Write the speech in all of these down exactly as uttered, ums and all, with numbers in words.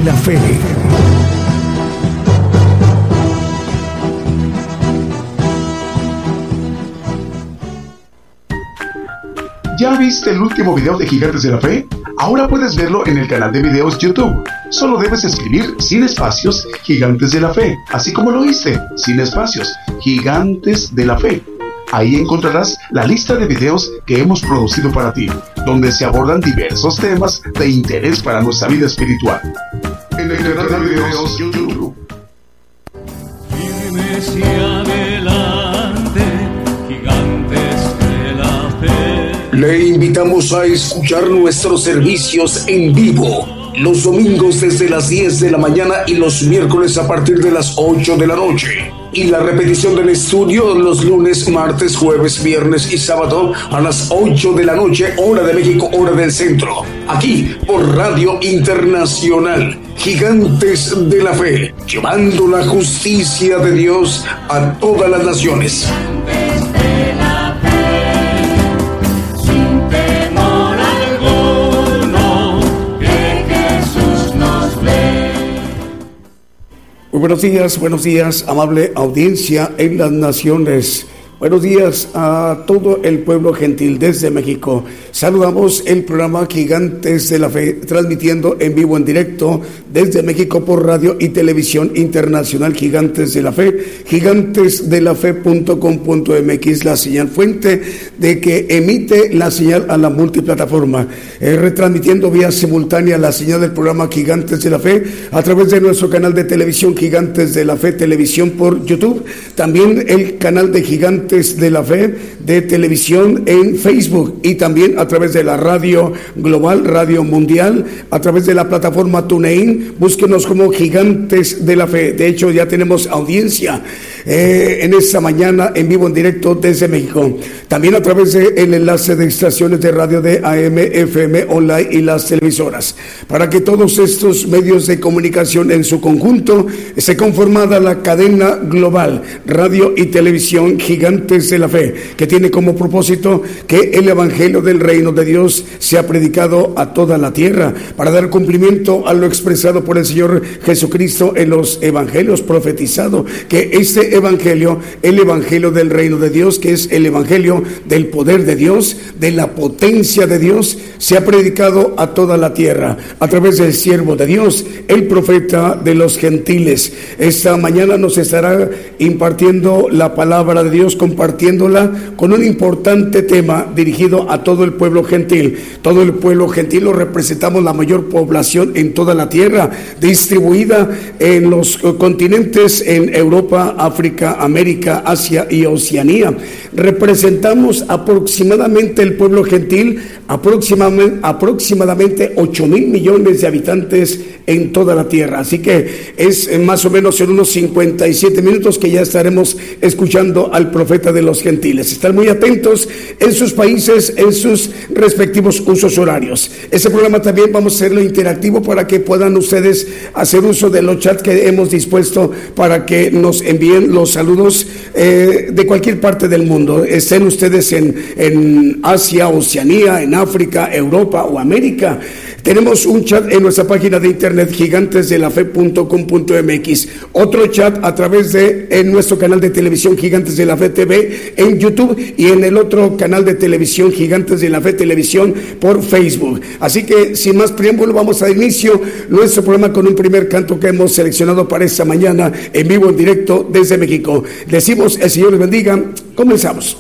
de la Fe. ¿Ya viste el último video de Gigantes de la Fe? Ahora puedes verlo en el canal de videos YouTube. Solo debes escribir sin espacios Gigantes de la Fe, así como lo hice, sin espacios, Gigantes de la Fe. Ahí encontrarás la lista de videos que hemos producido para ti, donde se abordan diversos temas de interés para nuestra vida espiritual. En el canal de videos YouTube. Le invitamos a escuchar nuestros servicios en vivo los domingos desde las diez de la mañana y los miércoles a partir de las ocho de la noche. Y la repetición del estudio los lunes, martes, jueves, viernes y sábado a las ocho de la noche, hora de México, hora del centro. Aquí por Radio Internacional, Gigantes de la Fe, llevando la justicia de Dios a todas las naciones. Muy buenos días, buenos días, amable audiencia en las naciones. Buenos días a todo el pueblo gentil desde México. Saludamos el programa Gigantes de la Fe, transmitiendo en vivo, en directo desde México por radio y televisión internacional Gigantes de la Fe, gigantes de la fe punto com punto m x, la señal fuente de que emite la señal a la multiplataforma, eh, retransmitiendo vía simultánea la señal del programa Gigantes de la Fe a través de nuestro canal de televisión Gigantes de la Fe Televisión por YouTube, también el canal de Gigantes de la Fe de televisión en Facebook y también a través de la radio global, radio mundial, a través de la plataforma TuneIn. Búsquenos como Gigantes de la Fe. De hecho, ya tenemos audiencia eh, en esta mañana en vivo, en directo desde México. También a través del enlace de estaciones de radio de A M, F M, online y las televisoras. Para que todos estos medios de comunicación en su conjunto se conformada la cadena global, radio y televisión Gigantes de la Fe, que tiene como propósito que el evangelio del reino de Dios sea predicado a toda la tierra, para dar cumplimiento a lo expresado por el Señor Jesucristo en los evangelios, profetizado que este evangelio, el evangelio del reino de Dios, que es el evangelio del poder de Dios, de la potencia de Dios, sea predicado a toda la tierra a través del siervo de Dios, el profeta de los gentiles. Esta mañana nos estará impartiendo la palabra de Dios, compartiéndola con un importante tema dirigido a todo el pueblo gentil. Todo el pueblo gentil lo representamos, la mayor población en toda la tierra, distribuida en los continentes en Europa, África, América, Asia y Oceanía. Representamos aproximadamente el pueblo gentil, aproximadamente, aproximadamente ocho mil millones de habitantes en toda la tierra. Así que es más o menos en unos cincuenta y siete minutos que ya estaremos escuchando al profeta de los gentiles. Están muy atentos en sus países, en sus respectivos usos horarios. Este programa también vamos a hacerlo interactivo para que puedan ustedes hacer uso de los chats que hemos dispuesto para que nos envíen los saludos eh, de cualquier parte del mundo. Estén ustedes en, en Asia, Oceanía, en África, Europa o América. Tenemos un chat en nuestra página de internet gigantes de la fe punto com punto m x, otro chat a través de en nuestro canal de televisión Gigantes de la Fe T V en YouTube y en el otro canal de televisión Gigantes de la Fe Televisión por Facebook. Así que sin más preámbulo vamos a dar inicio nuestro programa con un primer canto que hemos seleccionado para esta mañana en vivo, en directo desde México. Decimos el Señor les bendiga. Comenzamos.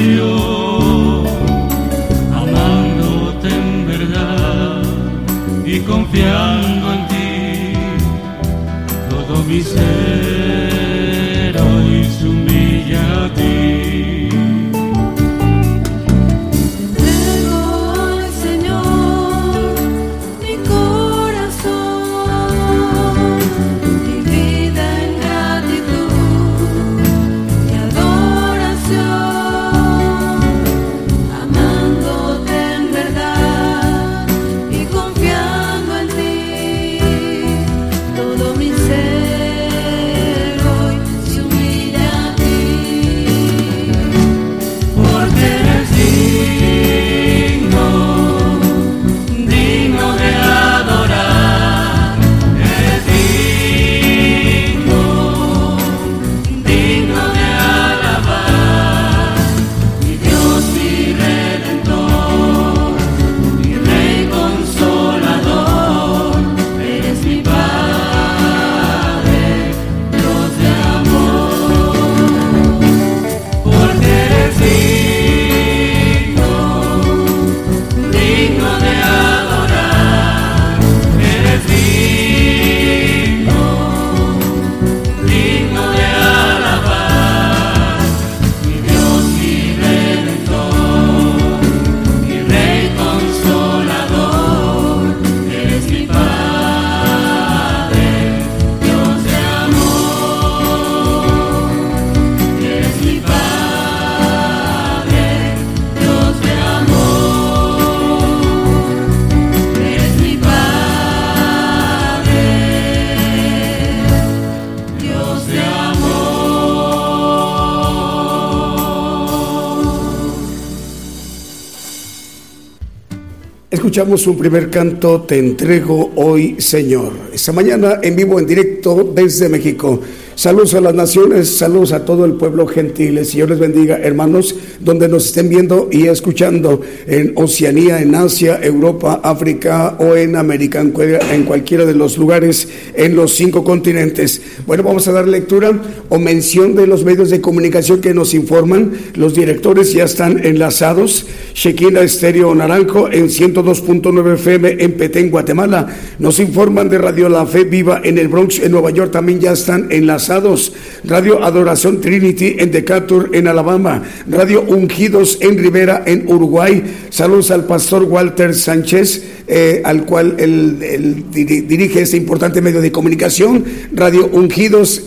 adoración, amándote en verdad y confiando en ti. Todo mi ser hoy se humilla a ti. Escuchamos un primer canto, Te entrego hoy, Señor. Esta mañana en vivo, en directo desde México. Saludos a las naciones, saludos a todo el pueblo gentil. El Señor les bendiga, hermanos, donde nos estén viendo y escuchando, en Oceanía, en Asia, Europa, África o en América, en cualquiera de los lugares, en los cinco continentes. Bueno, vamos a dar lectura o mención de los medios de comunicación que nos informan. Los directores ya están enlazados. Shekinah Estéreo Naranjo en ciento dos punto nueve F M en Petén, Guatemala. Nos informan de Radio La Fe Viva en el Bronx, en Nueva York, también ya están enlazados. Radio Adoración Trinity en Decatur, en Alabama. Radio Ungidos en Rivera, en Uruguay. Saludos al pastor Walter Sánchez, eh, al cual él, él dirige este importante medio de comunicación. Radio Ungidos,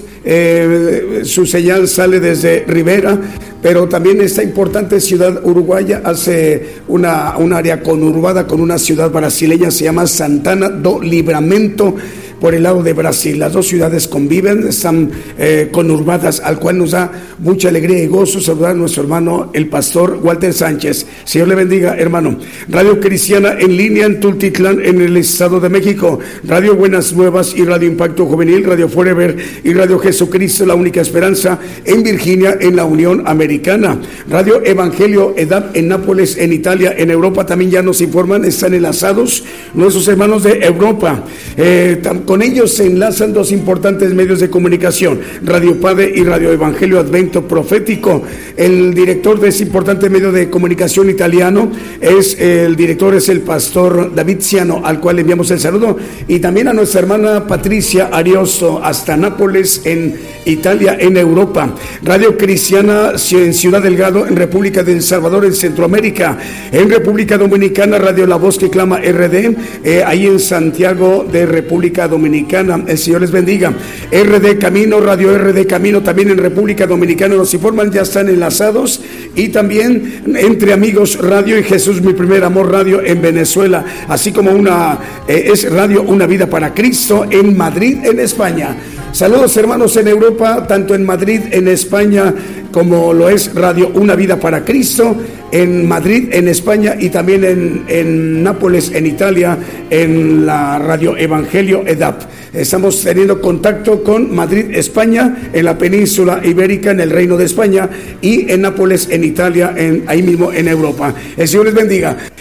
eh, su señal sale desde Rivera, pero también esta importante ciudad uruguaya hace una, un área conurbada con una ciudad brasileña, se llama Santana do Livramento, por el lado de Brasil. Las dos ciudades conviven, están eh, conurbadas, al cual nos da mucha alegría y gozo saludar a nuestro hermano, el pastor Walter Sánchez. Señor le bendiga, hermano. Radio Cristiana en línea en Tultitlán, en el Estado de México. Radio Buenas Nuevas y Radio Impacto Juvenil, Radio Forever y Radio Jesucristo, la única esperanza, en Virginia, en la Unión Americana. Radio Evangelio Edad en Nápoles, en Italia. En Europa también ya nos informan, están enlazados nuestros hermanos de Europa. Eh, Con ellos se enlazan dos importantes medios de comunicación, Radio Padre y Radio Evangelio Advento Profético. El director de ese importante medio de comunicación italiano es el director es el pastor David Ciano, al cual le enviamos el saludo, y también a nuestra hermana Patricia Ariosto hasta Nápoles, en Italia, en Europa. Radio Cristiana en Ciudad Delgado, en República de El Salvador, en Centroamérica. En República Dominicana, Radio La Voz que Clama R D, eh, ahí en Santiago de República Dominicana. Dominicana, el Señor les bendiga. R D Camino, Radio R D Camino, también en República Dominicana nos informan, ya están enlazados. Y también Entre Amigos Radio y Jesús Mi Primer Amor Radio en Venezuela, así como una eh, es Radio Una Vida para Cristo en Madrid, en España. Saludos, hermanos, en Europa, tanto en Madrid, en España, como lo es Radio Una Vida para Cristo en Madrid, en España, y también en, en Nápoles, en Italia, en la Radio Evangelio E D A P. Estamos teniendo contacto con Madrid, España, en la península ibérica, en el Reino de España, y en Nápoles, en Italia, en, ahí mismo en Europa. El Señor les bendiga.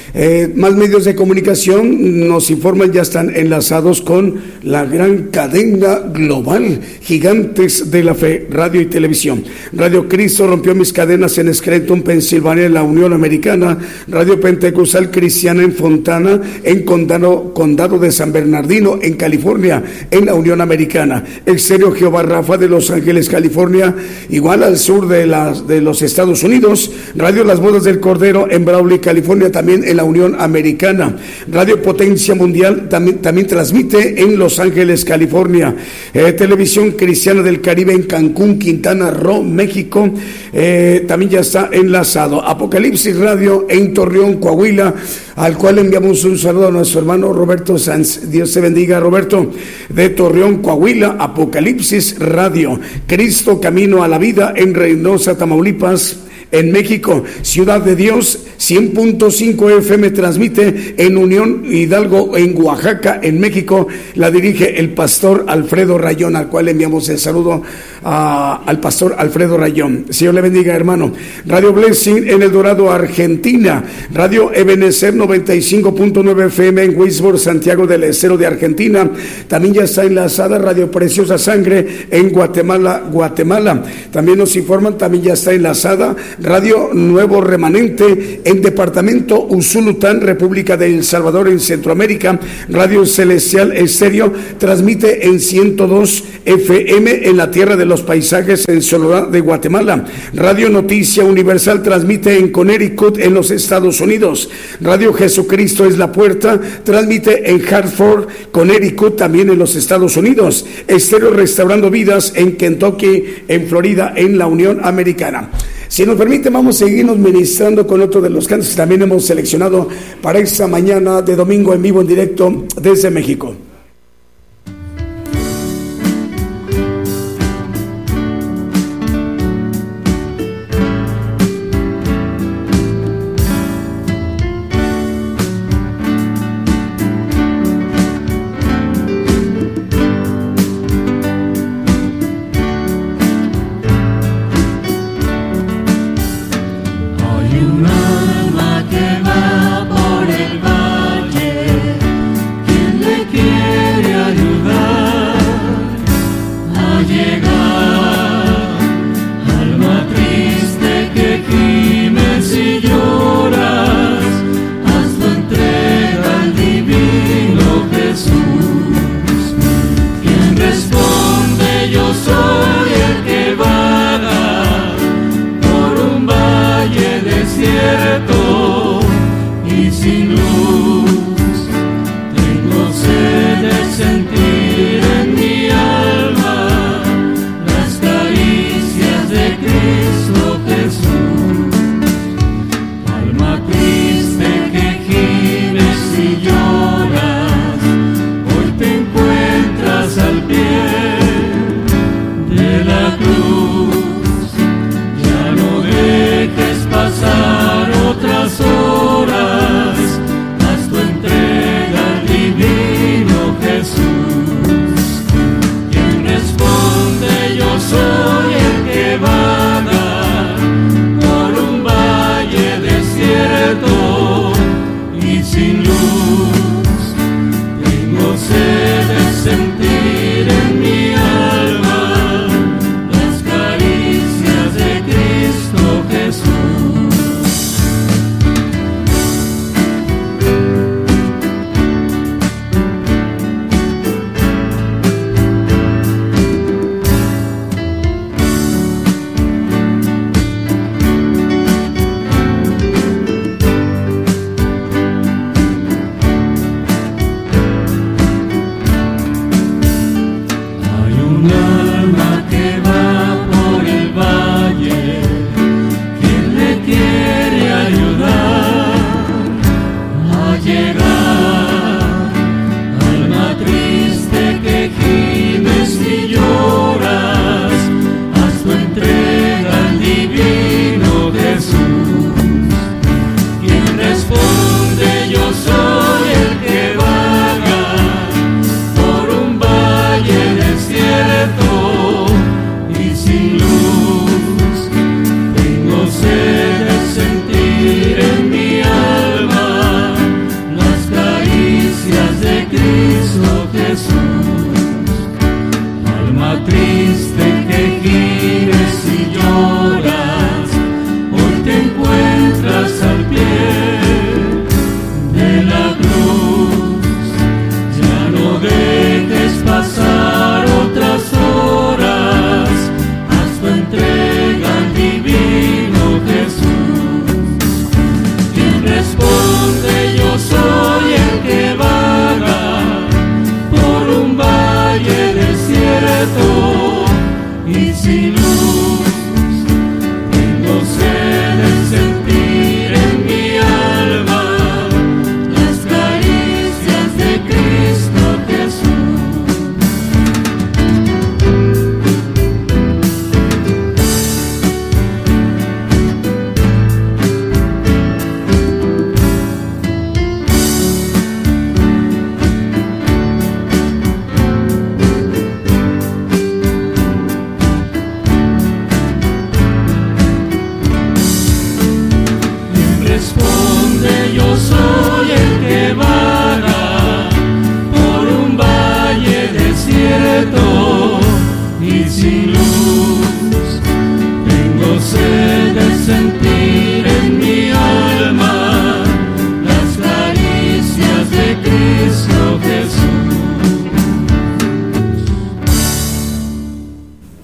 Eh, más medios de comunicación nos informan, ya están enlazados con la gran cadena global, Gigantes de la Fe, radio y televisión. Radio Cristo rompió mis cadenas en Scranton, Pensilvania, en la Unión Americana. Radio Pentecostal Cristiana en Fontana, en Condado, Condado de San Bernardino, en California, en la Unión Americana. Estéreo Jehová Rafa de Los Ángeles, California, igual al sur de, la, de los Estados Unidos. Radio Las Bodas del Cordero en Brawley, California, también en la Unión Americana. Radio Potencia Mundial también, también transmite en Los Ángeles, California. Eh, Televisión Cristiana del Caribe en Cancún, Quintana Roo, México, eh, también ya está enlazado. Apocalipsis Radio en Torreón, Coahuila, al cual enviamos un saludo a nuestro hermano Roberto Sanz. Dios te bendiga, Roberto, de Torreón, Coahuila. Apocalipsis Radio. Cristo Camino a la Vida en Reynosa, Tamaulipas, en México. Ciudad de Dios cien punto cinco F M transmite en Unión Hidalgo, en Oaxaca, en México. La dirige el pastor Alfredo Rayón, al cual enviamos el saludo a, al pastor Alfredo Rayón. Señor le bendiga, hermano. Radio Blessing en El Dorado, Argentina. Radio Ebenecer noventa y cinco punto nueve F M en Wisborne, Santiago del Estero de Argentina. También ya está enlazada Radio Preciosa Sangre en Guatemala, Guatemala. También nos informan, también ya está enlazada Radio Nuevo Remanente en Departamento Usulután, República de El Salvador, en Centroamérica. Radio Celestial Estéreo transmite en ciento dos F M en la Tierra de los Paisajes, en Soledad de Guatemala. Radio Noticia Universal transmite en Connecticut, en los Estados Unidos. Radio Jesucristo es la Puerta transmite en Hartford, Connecticut, también en los Estados Unidos. Estéreo Restaurando Vidas en Kentucky, en Florida, en la Unión Americana. Si nos permite, vamos a seguirnos ministrando con otro de los cantos que también hemos seleccionado para esta mañana de domingo en vivo, en directo desde México. Que va por el valle, ¿quién le quiere?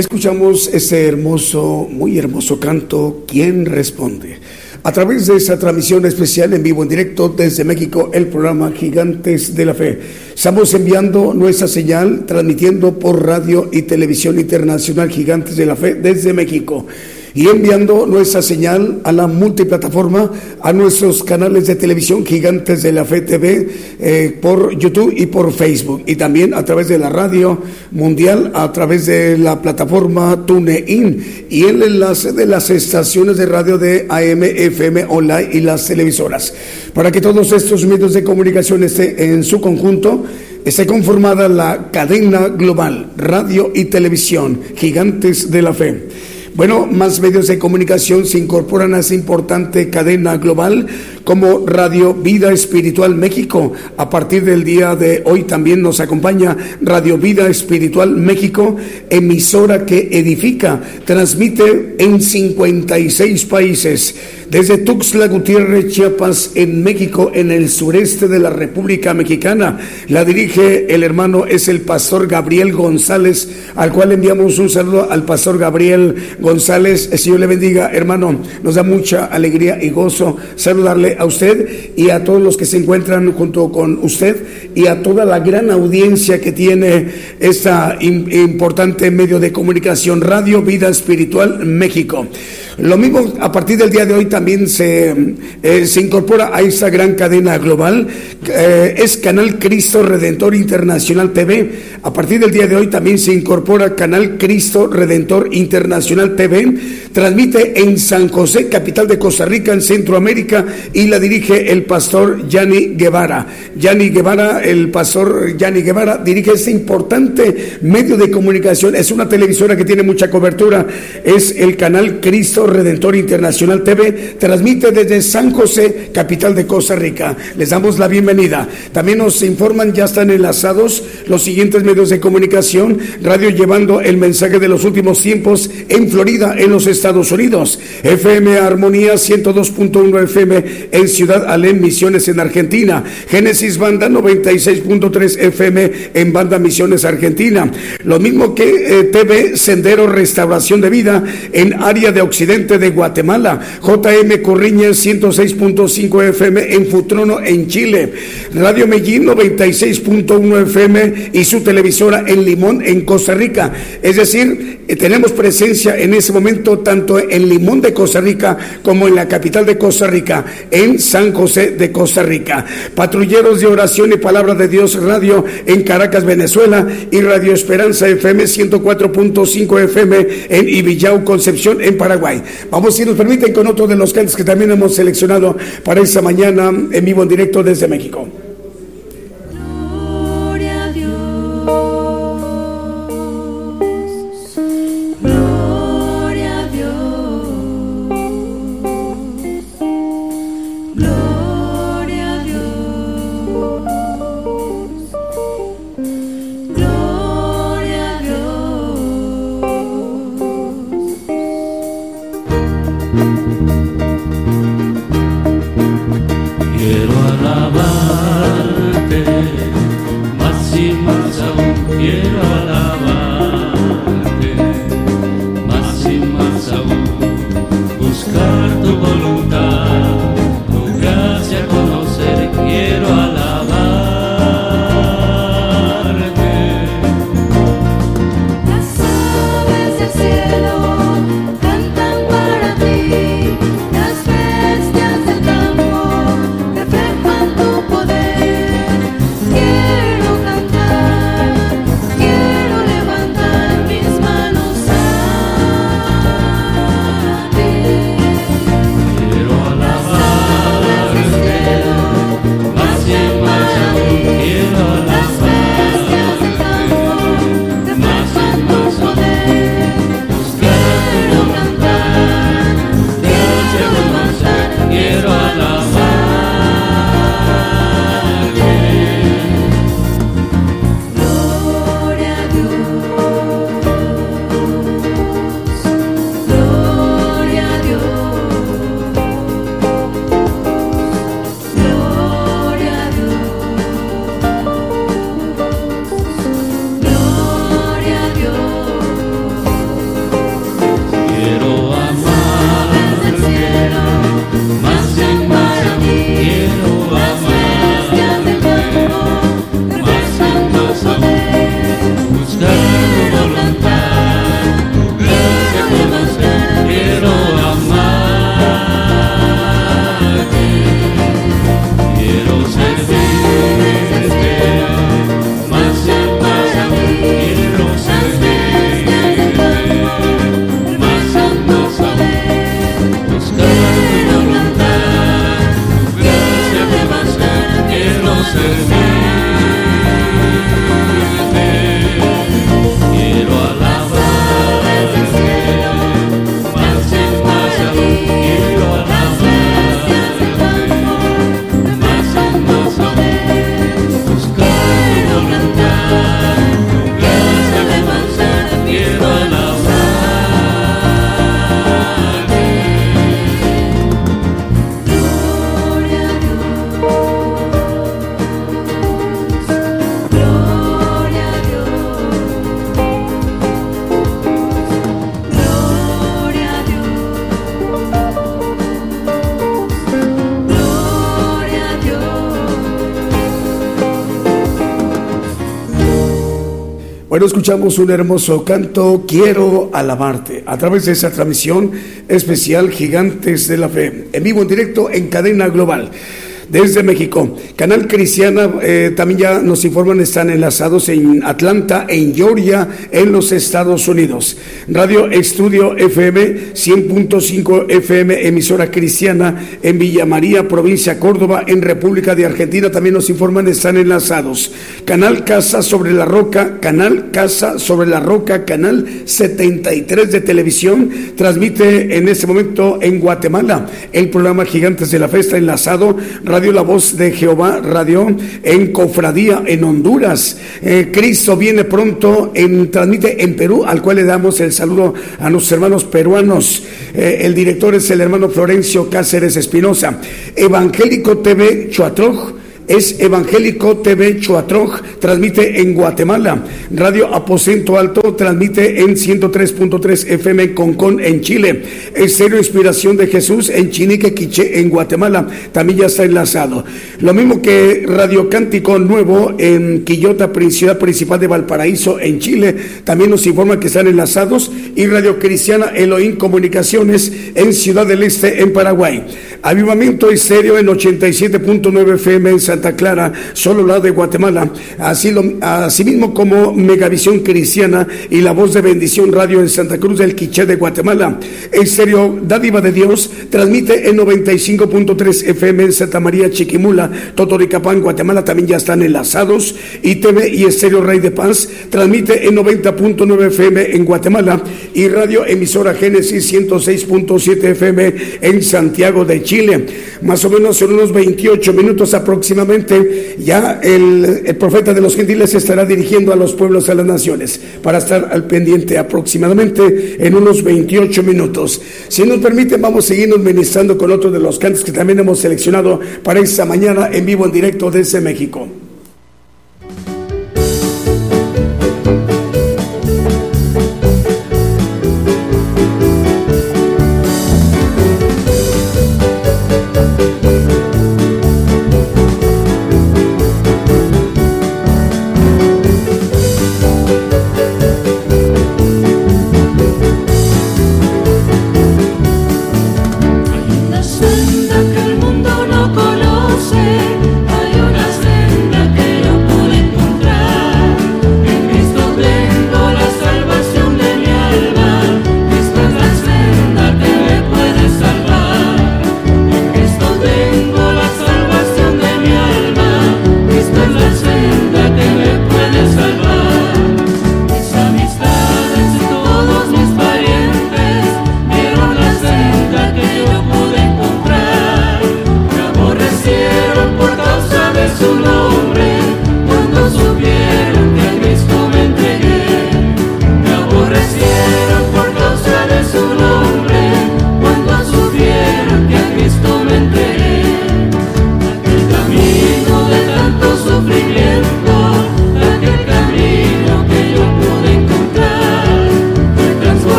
escuchamos ese hermoso, muy hermoso canto, ¿Quién responde? A través de esa transmisión especial en vivo, en directo desde México, el programa Gigantes de la Fe. Estamos enviando nuestra señal, transmitiendo por radio y televisión internacional Gigantes de la Fe desde México. Y enviando nuestra señal a la multiplataforma, a nuestros canales de televisión Gigantes de la Fe T V, eh, por YouTube y por Facebook, y también a través de la radio mundial, a través de la plataforma TuneIn y el enlace de las estaciones de radio de A M, F M, online y las televisoras. Para que todos estos medios de comunicación estén en su conjunto, esté conformada la cadena global, radio y televisión, Gigantes de la Fe. Bueno, más medios de comunicación se incorporan a esa importante cadena global, como Radio Vida Espiritual México. A partir del día de hoy también nos acompaña Radio Vida Espiritual México, emisora que edifica, transmite en cincuenta y seis países. Desde Tuxtla Gutiérrez, Chiapas, en México, en el sureste de la República Mexicana. La dirige el hermano, es el pastor Gabriel González, al cual enviamos un saludo al pastor Gabriel González. El Señor le bendiga, hermano. Nos da mucha alegría y gozo saludarle a usted y a todos los que se encuentran junto con usted y a toda la gran audiencia que tiene esta importante medio de comunicación, Radio Vida Espiritual México. Lo mismo a partir del día de hoy también se, eh, se incorpora a esta gran cadena global, eh, es Canal Cristo Redentor Internacional T V. A partir del día de hoy también se incorpora Canal Cristo Redentor Internacional T V. Transmite en San José, capital de Costa Rica, en Centroamérica, y la dirige el pastor Yanni Guevara. Yanni Guevara, el pastor Yanni Guevara dirige este importante medio de comunicación. Es una televisora que tiene mucha cobertura. Es el Canal Cristo Redentor Internacional T V, transmite desde San José, capital de Costa Rica. Les damos la bienvenida. También nos informan, ya están enlazados los siguientes medios de comunicación: radio llevando el mensaje de los últimos tiempos en Florida, en los Estados Unidos; F M Armonía ciento dos punto uno F M en Ciudad Alem, Misiones, en Argentina; Génesis Banda noventa y seis punto tres F M en Banda, Misiones, Argentina. Lo mismo que eh, T V Sendero Restauración de Vida en área de Occidente de Guatemala; J M Corriñas ciento seis punto cinco F M en Futrono, en Chile; Radio Medellín noventa y seis punto uno F M y su televisora en Limón, en Costa Rica. Es decir, eh, tenemos presencia en ese momento tanto en Limón de Costa Rica como en la capital de Costa Rica, en San José de Costa Rica. Patrulleros de Oración y Palabra de Dios Radio en Caracas, Venezuela, y Radio Esperanza F M ciento cuatro punto cinco F M en Ibillau, Concepción, en Paraguay. Vamos, si nos permiten, con otro de los cantos que también hemos seleccionado para esta mañana en vivo, en directo desde México. Gloria a Dios, gloria a Dios, gloria a Dios, gloria a Dios. Quiero alabarte, más y más aún quiero alabarte, más y más aún buscar tu voluntad, tu gracia conocer, quiero alabarte. Las aves del cielo cantan para ti, las bestias del campo reflejan tu poder. Quiero cantar, quiero levantar Bueno, escuchamos un hermoso canto, Quiero alabarte, a través de esa transmisión especial Gigantes de la Fe, en vivo, en directo, en cadena global. Desde México, Canal Cristiana, eh, también ya nos informan, están enlazados en Atlanta, en Georgia, en los Estados Unidos. Radio Estudio F M, cien punto cinco F M, emisora cristiana en Villa María, provincia Córdoba, en República de Argentina, también nos informan, están enlazados. Canal Casa sobre la Roca, Canal Casa sobre la Roca, Canal setenta y tres de televisión, transmite en este momento en Guatemala el programa Gigantes de la Fe, está enlazado. Radio La Voz de Jehová, radio en Cofradía, en Honduras. Eh, Cristo viene pronto, en, transmite en Perú, al cual le damos el saludo a nuestros hermanos peruanos. Eh, el director es el hermano Florencio Cáceres Espinosa. Evangélico T V Chuatroj, es Evangélico T V Chuatroj, transmite en Guatemala. Radio Aposento Alto transmite en ciento tres punto tres F M en Concón, en Chile. Estéreo Inspiración de Jesús en Chinique, Quiché, en Guatemala, también ya está enlazado. Lo mismo que Radio Cántico Nuevo en Quillota, ciudad principal de Valparaíso, en Chile, también nos informa que están enlazados. Y Radio Cristiana Elohim Comunicaciones en Ciudad del Este, en Paraguay. Avivamiento Estéreo en ochenta y siete punto nueve F M en Santa Clara, solo la de Guatemala, así lo, así mismo como Megavisión Cristiana y La Voz de Bendición Radio en Santa Cruz del Quiché de Guatemala. Estéreo Dádiva de Dios transmite en noventa y cinco punto tres F M en Santa María Chiquimula, Totoricapán, Guatemala, también ya están enlazados. Y T V y Estéreo Rey de Paz transmite en noventa punto nueve F M en Guatemala, y Radio Emisora Génesis ciento seis punto siete F M en Santiago de Chile. Más o menos en unos veintiocho minutos aproximadamente ya el, el profeta de los gentiles se estará dirigiendo a los pueblos, a las naciones, para estar al pendiente aproximadamente en unos veintiocho minutos. Si nos permiten, vamos a seguirnos ministrando con otro de los cantos que también hemos seleccionado para esta mañana en vivo, en directo desde México.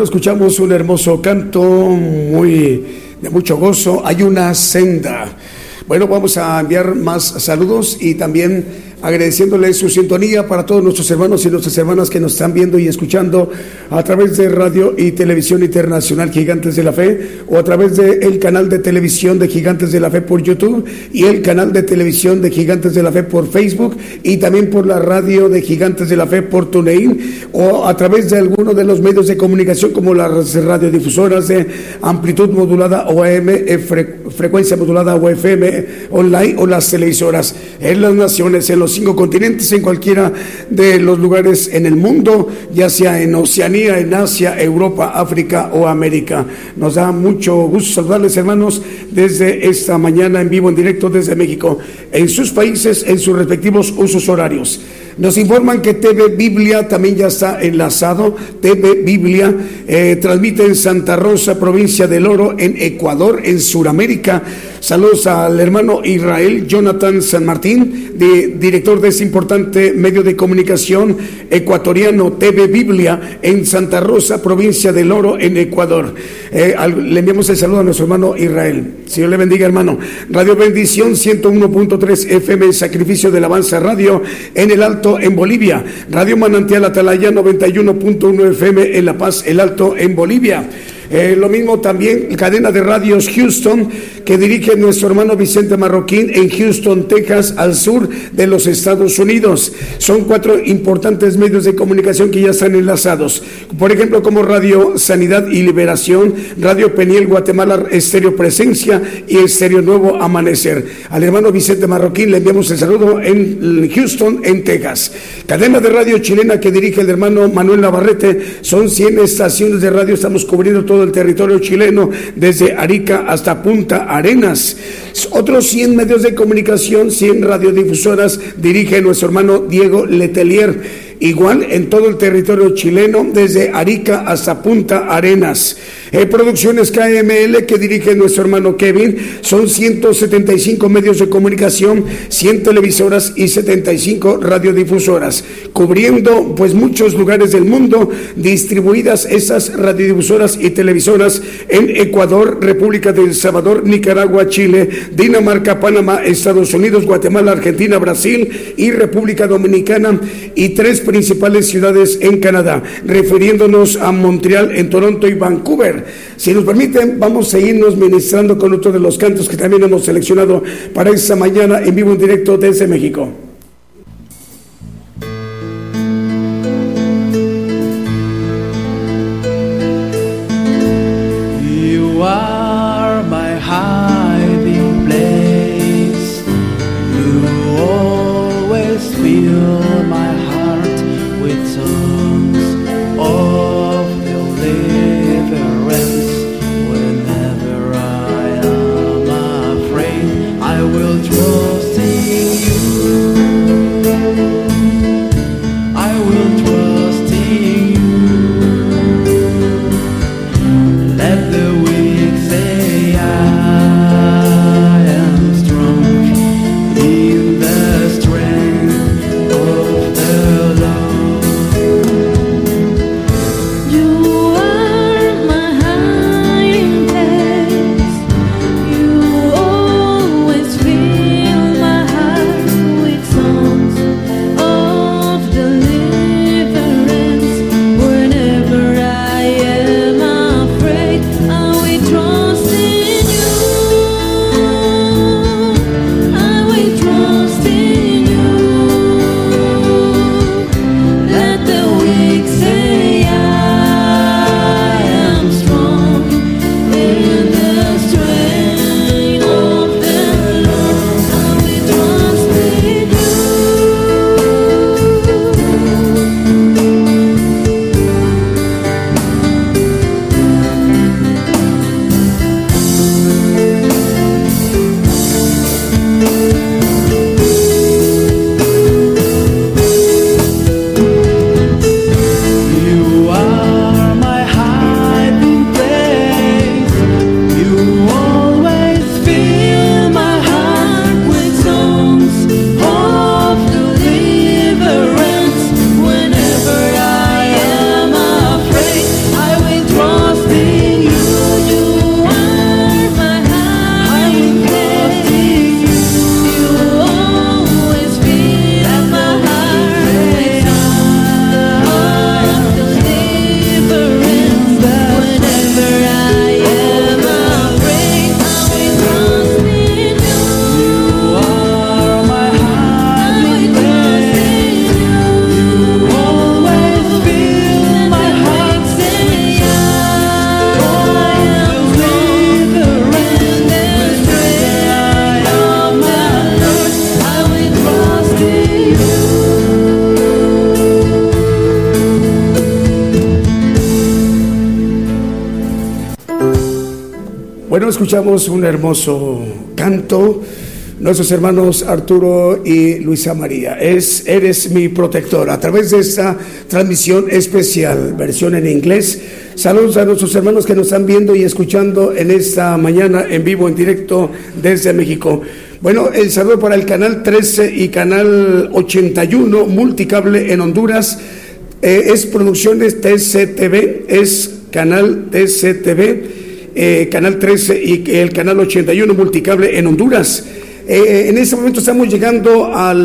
Bueno, escuchamos un hermoso canto, muy de mucho gozo. Hay una senda. Bueno, vamos a enviar más saludos y también agradeciéndole su sintonía para todos nuestros hermanos y nuestras hermanas que nos están viendo y escuchando a través de Radio y Televisión Internacional Gigantes de la Fe, o a través del canal de televisión de Gigantes de la Fe por YouTube y el canal de televisión de Gigantes de la Fe por Facebook, y también por la radio de Gigantes de la Fe por TuneIn, o a través de alguno de los medios de comunicación como las radiodifusoras de amplitud modulada o A M, fre- frecuencia modulada o F M online, o las televisoras en las naciones, en los cinco continentes, en cualquiera de los lugares en el mundo, ya sea en Oceanía, en Asia, Europa, África o América. Nos da mucho gusto saludarles, hermanos, desde esta mañana en vivo, en directo desde México, en sus países, en sus respectivos usos horarios. Nos informan que T V Biblia también ya está enlazado. T V Biblia eh, transmite en Santa Rosa, provincia del Oro, en Ecuador, en Sudamérica. Saludos al hermano Israel Jonathan San Martín, de, director de ese importante medio de comunicación ecuatoriano, T V Biblia, en Santa Rosa, provincia del Oro, en Ecuador. Eh, al, le enviamos el saludo a nuestro hermano Israel. Señor le bendiga, hermano. Radio Bendición ciento uno punto tres F M, Sacrificio de Alabanza Radio, en el Alto, en Bolivia. Radio Manantial Atalaya noventa y uno punto uno F M en La Paz, el Alto, en Bolivia. Eh, lo mismo también cadena de radios Houston, que dirige nuestro hermano Vicente Marroquín en Houston, Texas, al sur de los Estados Unidos. Son cuatro importantes medios de comunicación que ya están enlazados, por ejemplo, como Radio Sanidad y Liberación, Radio Peniel Guatemala, Estéreo Presencia y Estéreo Nuevo Amanecer. Al hermano Vicente Marroquín le enviamos el saludo en Houston, en Texas. Cadena de radio chilena que dirige el hermano Manuel Navarrete. Son cien estaciones de radio, estamos cubriendo todo el territorio chileno, desde Arica hasta Punta Arenas. Otros cien medios de comunicación, cien radiodifusoras dirige nuestro hermano Diego Letelier, igual en todo el territorio chileno, desde Arica hasta Punta Arenas. Eh, Producciones K M L, que dirige nuestro hermano Kevin, son ciento setenta y cinco medios de comunicación, cien televisoras y setenta y cinco radiodifusoras, cubriendo pues muchos lugares del mundo, distribuidas esas radiodifusoras y televisoras en Ecuador, República de El Salvador, Nicaragua, Chile, Dinamarca, Panamá, Estados Unidos, Guatemala, Argentina, Brasil y República Dominicana, y tres principales ciudades en Canadá, refiriéndonos a Montreal, en Toronto y Vancouver. Si nos permiten, vamos a irnos ministrando con otro de los cantos que también hemos seleccionado para esta mañana en vivo, en directo desde México. You are my hiding place. You always fill my heart with songs of deliverance. Whenever I am afraid, I will trust in you. I will trust in you. Let the weak say I am strong in the strength of the Lord. You are my hiding place. You always fill my heart with songs of deliverance. Whenever I am afraid, I will trust Bueno, escuchamos un hermoso canto. Nuestros hermanos Arturo y Luisa María, es Eres mi protector, a través de esta transmisión especial, versión en inglés. Saludos a nuestros hermanos que nos están viendo y escuchando en esta mañana en vivo, en directo desde México. Bueno, el saludo para el canal trece y canal ochenta y uno, multicable en Honduras. Eh, es Producciones T C T V, es canal T C T V, eh, canal trece y el canal ochenta y uno, multicable en Honduras. Eh, en este momento estamos llegando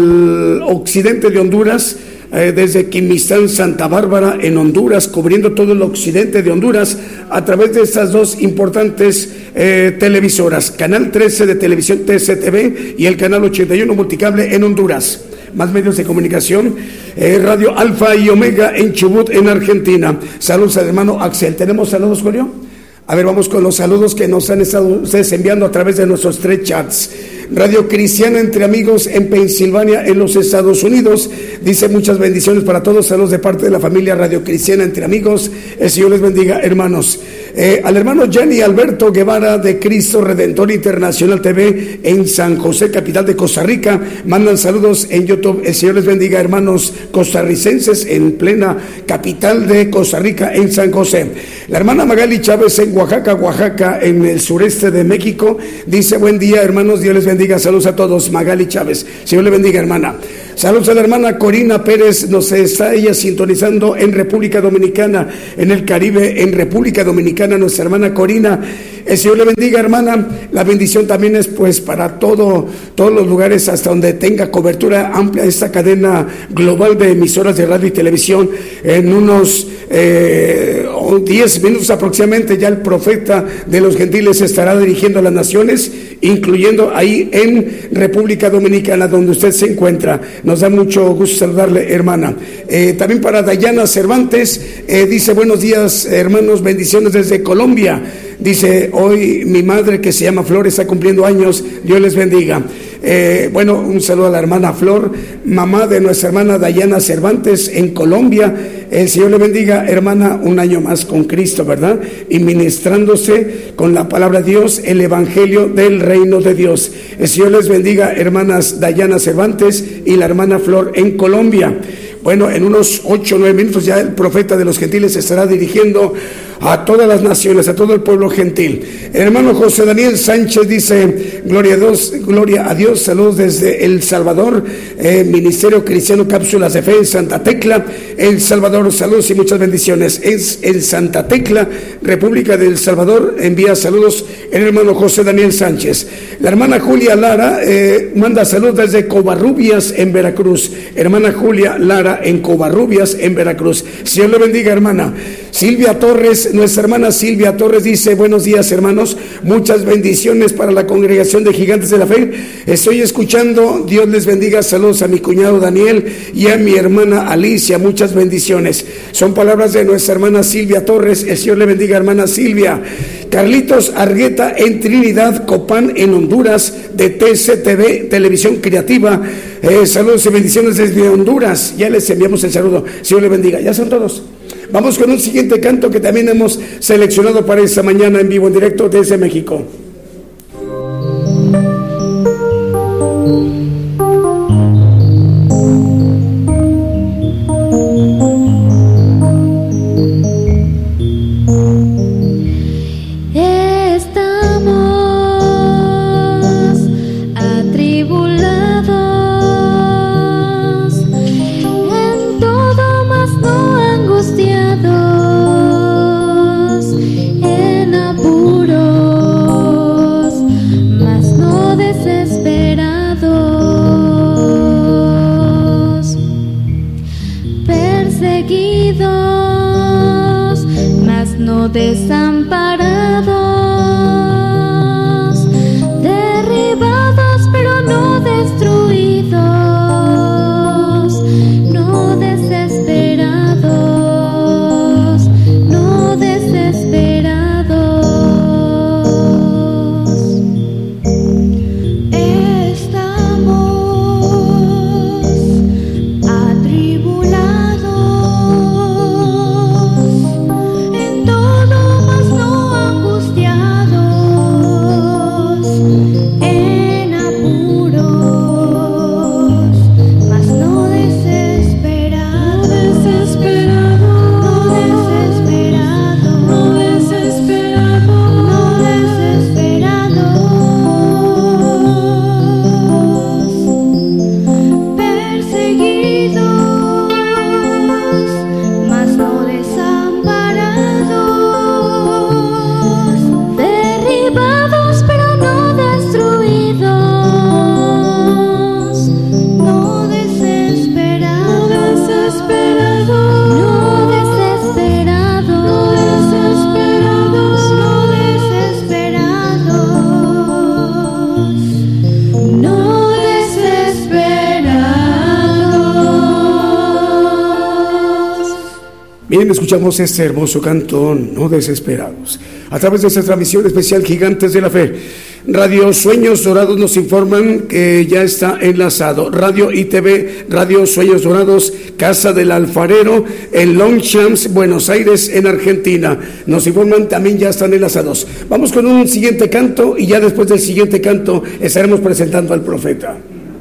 al occidente de Honduras, eh, desde Quimistán, Santa Bárbara, en Honduras, cubriendo todo el occidente de Honduras a través de estas dos importantes eh, televisoras, Canal trece de Televisión T C T V y el Canal ochenta y uno multicable en Honduras. Más medios de comunicación, eh, Radio Alfa y Omega en Chubut, en Argentina. Saludos al hermano Axel. ¿Tenemos saludos, Julio? A ver, vamos con los saludos que nos han estado ustedes enviando a través de nuestros tres chats. Radio Cristiana Entre Amigos en Pensilvania, en los Estados Unidos, dice muchas bendiciones para todos, saludos de parte de la familia Radio Cristiana Entre Amigos, el Señor les bendiga, hermanos. Eh, al hermano Gianni Alberto Guevara de Cristo Redentor Internacional T V en San José, capital de Costa Rica, mandan saludos en YouTube, el Señor les bendiga, hermanos costarricenses en plena capital de Costa Rica, en San José. La hermana Magali Chávez en Oaxaca, Oaxaca, en el sureste de México, dice buen día, hermanos, Dios les bendiga. Bendiga, saludos a todos, Magali Chávez, Señor le bendiga, hermana. Saludos a la hermana Corina Pérez, nos está ella sintonizando en República Dominicana, en el Caribe, en República Dominicana, nuestra hermana Corina. El Señor le bendiga, hermana. La bendición también es pues para todo, todos los lugares hasta donde tenga cobertura amplia esta cadena global de emisoras de radio y televisión. En unos eh, diez minutos aproximadamente ya el profeta de los gentiles estará dirigiendo a las naciones, incluyendo ahí en República Dominicana, donde usted se encuentra. Nos da mucho gusto saludarle, hermana. Eh, también para Dayana Cervantes, eh, dice buenos días, hermanos, bendiciones desde Colombia. Dice, hoy mi madre, que se llama Flor, está cumpliendo años, Dios les bendiga. Eh, bueno, un saludo a la hermana Flor, mamá de nuestra hermana Dayana Cervantes en Colombia. El Señor le bendiga, hermana, un año más con Cristo, ¿verdad? Y ministrándose con la palabra de Dios, el evangelio del reino de Dios. El Señor les bendiga, hermanas Dayana Cervantes y la hermana Flor en Colombia. Bueno, en unos ocho o nueve minutos ya el profeta de los gentiles se estará dirigiendo a todas las naciones, a todo el pueblo gentil. El hermano José Daniel Sánchez dice, gloria a Dios, gloria a Dios, saludos desde El Salvador, eh, Ministerio Cristiano Cápsulas de Fe en Santa Tecla, El Salvador, saludos y muchas bendiciones. Es en Santa Tecla, República del Salvador, envía saludos el hermano José Daniel Sánchez. La hermana Julia Lara eh, manda saludos desde Covarrubias en Veracruz. Hermana Julia Lara en Covarrubias en Veracruz. Señor le bendiga, hermana. Silvia Torres, nuestra hermana Silvia Torres dice, buenos días, hermanos, muchas bendiciones para la congregación de Gigantes de la Fe. Estoy escuchando, Dios les bendiga, saludos a mi cuñado Daniel y a mi hermana Alicia, muchas bendiciones. Son palabras de nuestra hermana Silvia Torres, el Señor le bendiga, hermana Silvia. Carlitos Argueta en Trinidad, Copán, en Honduras, de T C T V, Televisión Creativa. Eh, saludos y bendiciones desde Honduras. Ya les enviamos el saludo. Señor le bendiga. Ya son todos. Vamos con un siguiente canto que también hemos seleccionado para esta mañana en vivo, en directo desde México. En apuro Bien, escuchamos este hermoso canto, No Desesperados, a través de esta transmisión especial Gigantes de la Fe. Radio Sueños Dorados nos informan que ya está enlazado. Radio I T V, Radio Sueños Dorados, Casa del Alfarero, en Longchamps, Buenos Aires, en Argentina. Nos informan, también ya están enlazados. Vamos con un siguiente canto y ya después del siguiente canto estaremos presentando al profeta.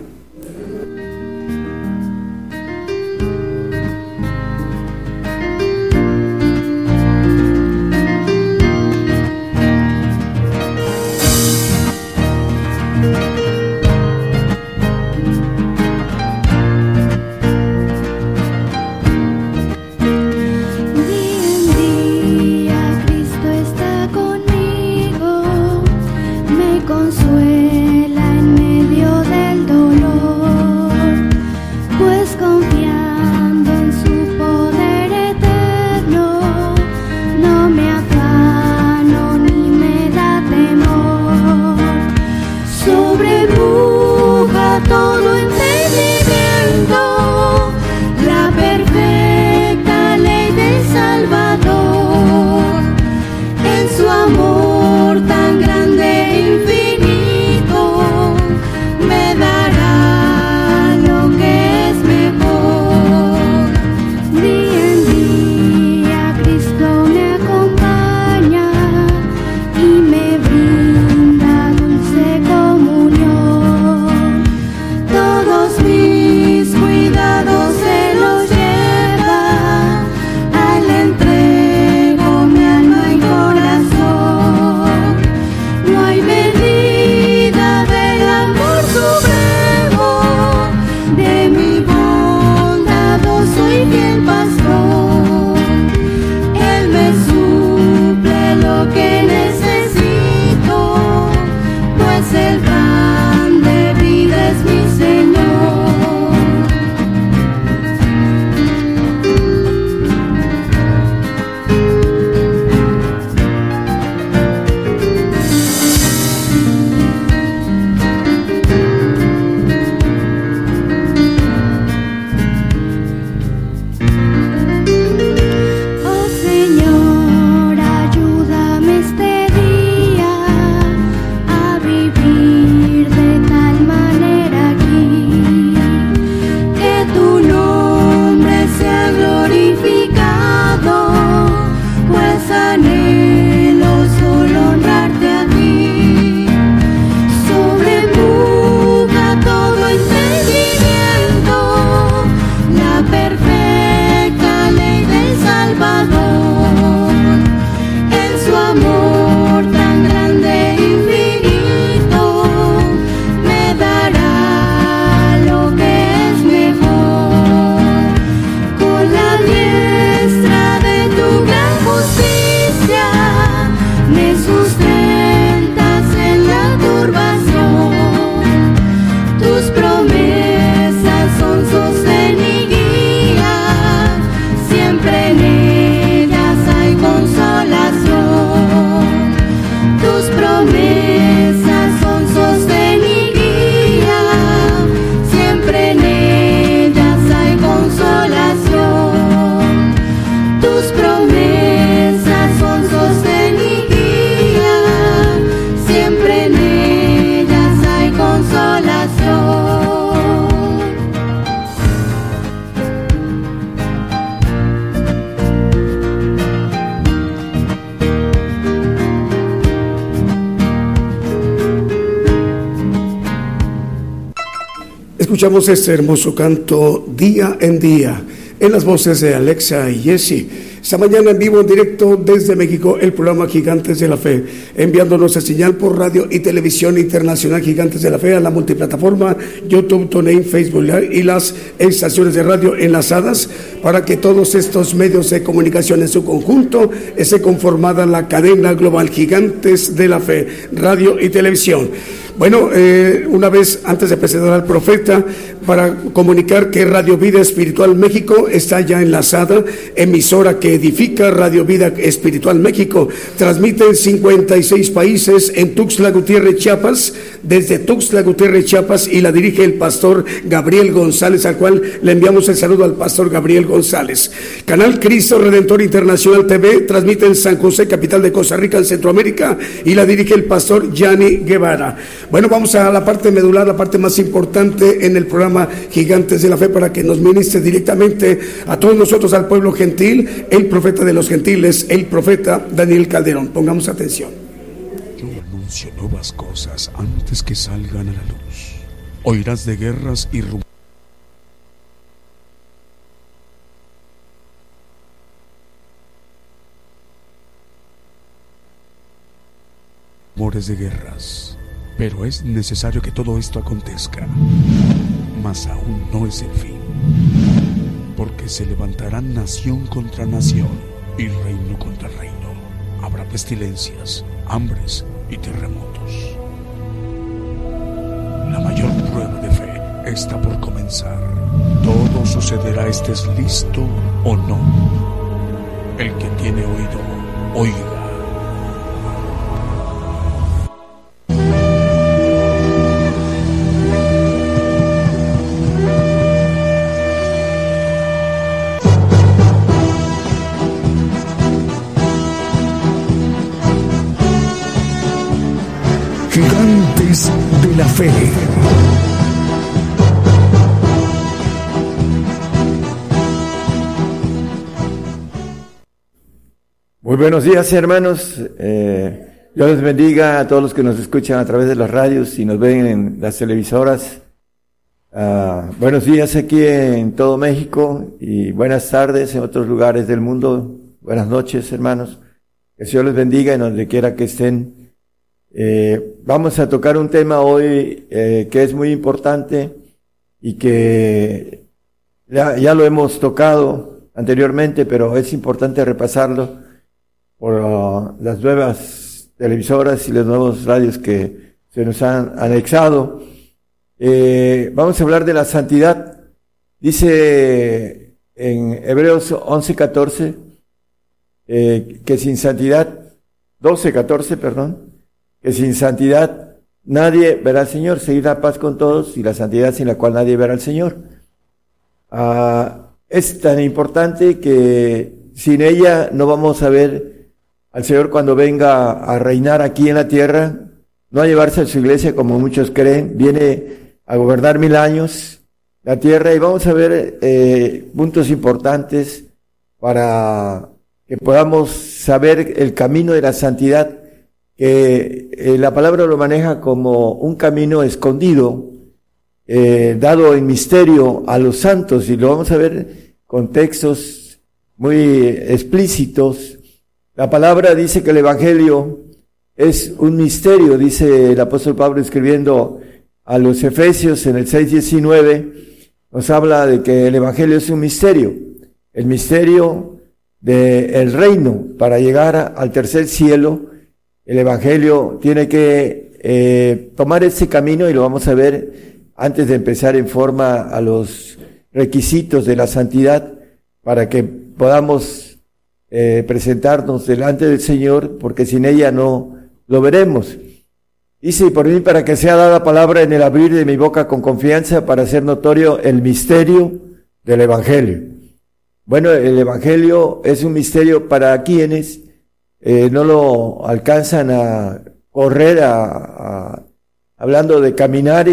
Escuchamos este hermoso canto Día en Día en las voces de Alexa y Jesse. Esta mañana en vivo, en directo desde México, el programa Gigantes de la Fe, enviándonos el señal por radio y televisión internacional Gigantes de la Fe a la multiplataforma YouTube, TuneIn, Facebook Live y las estaciones de radio enlazadas para que todos estos medios de comunicación en su conjunto esté conformada la cadena global Gigantes de la Fe, radio y televisión. Bueno, eh, una vez antes de presentar al profeta, para comunicar que Radio Vida Espiritual México está ya enlazada, emisora que edifica Radio Vida Espiritual México, transmite en cincuenta y seis países, en Tuxtla Gutiérrez, Chiapas, desde Tuxtla Gutiérrez, Chiapas, y la dirige el pastor Gabriel González, al cual le enviamos el saludo al pastor Gabriel González. Canal Cristo Redentor Internacional T V transmite en San José, capital de Costa Rica, en Centroamérica, y la dirige el pastor Yanni Guevara. Bueno, vamos a la parte medular, la parte más importante en el programa Gigantes de la Fe, para que nos ministre directamente a todos nosotros, al pueblo gentil, el profeta de los gentiles, el profeta Daniel Calderón. Pongamos atención. Yo anuncio nuevas cosas antes que salgan a la luz. Oirás de guerras y rumores de guerras, pero es necesario que todo esto acontezca. Mas aún no es el fin, porque se levantarán nación contra nación y reino contra reino. Habrá pestilencias, hambres y terremotos. La mayor prueba de fe está por comenzar. Todo sucederá, estés listo o no. El que tiene oído, oiga. Gigantes de la Fe. Muy buenos días, hermanos. Eh, Dios les bendiga a todos los que nos escuchan a través de las radios y nos ven en las televisoras. Uh, buenos días aquí en todo México y buenas tardes en otros lugares del mundo. Buenas noches, hermanos. Que el Señor les bendiga en donde quiera que estén. Eh, vamos a tocar un tema hoy eh, que es muy importante y que ya, ya lo hemos tocado anteriormente, pero es importante repasarlo por uh, las nuevas televisoras y los nuevos radios que se nos han anexado. Eh, vamos a hablar de la santidad. Dice en Hebreos once catorce eh, que sin santidad, doce catorce, perdón, que sin santidad nadie verá al Señor. Seguir la paz con todos y la santidad sin la cual nadie verá al Señor. Ah, es tan importante que sin ella no vamos a ver al Señor cuando venga a reinar aquí en la tierra, no a llevarse a su iglesia como muchos creen. Viene a gobernar mil años la tierra y vamos a ver eh, puntos importantes para que podamos saber el camino de la santidad, que eh, la palabra lo maneja como un camino escondido, eh, dado en misterio a los santos, y lo vamos a ver con textos muy explícitos. La palabra dice que el Evangelio es un misterio, dice el apóstol Pablo escribiendo a los Efesios en el seis diecinueve, nos habla de que el Evangelio es un misterio, el misterio del reino. Para llegar al tercer cielo, el Evangelio tiene que eh, tomar ese camino, y lo vamos a ver antes de empezar en forma a los requisitos de la santidad para que podamos eh, presentarnos delante del Señor, porque sin ella no lo veremos. Dice, y por mí para que sea dada palabra en el abrir de mi boca con confianza, para hacer notorio el misterio del Evangelio. Bueno, el Evangelio es un misterio para quienes Eh, no lo alcanzan a correr, a, a, hablando de caminar y,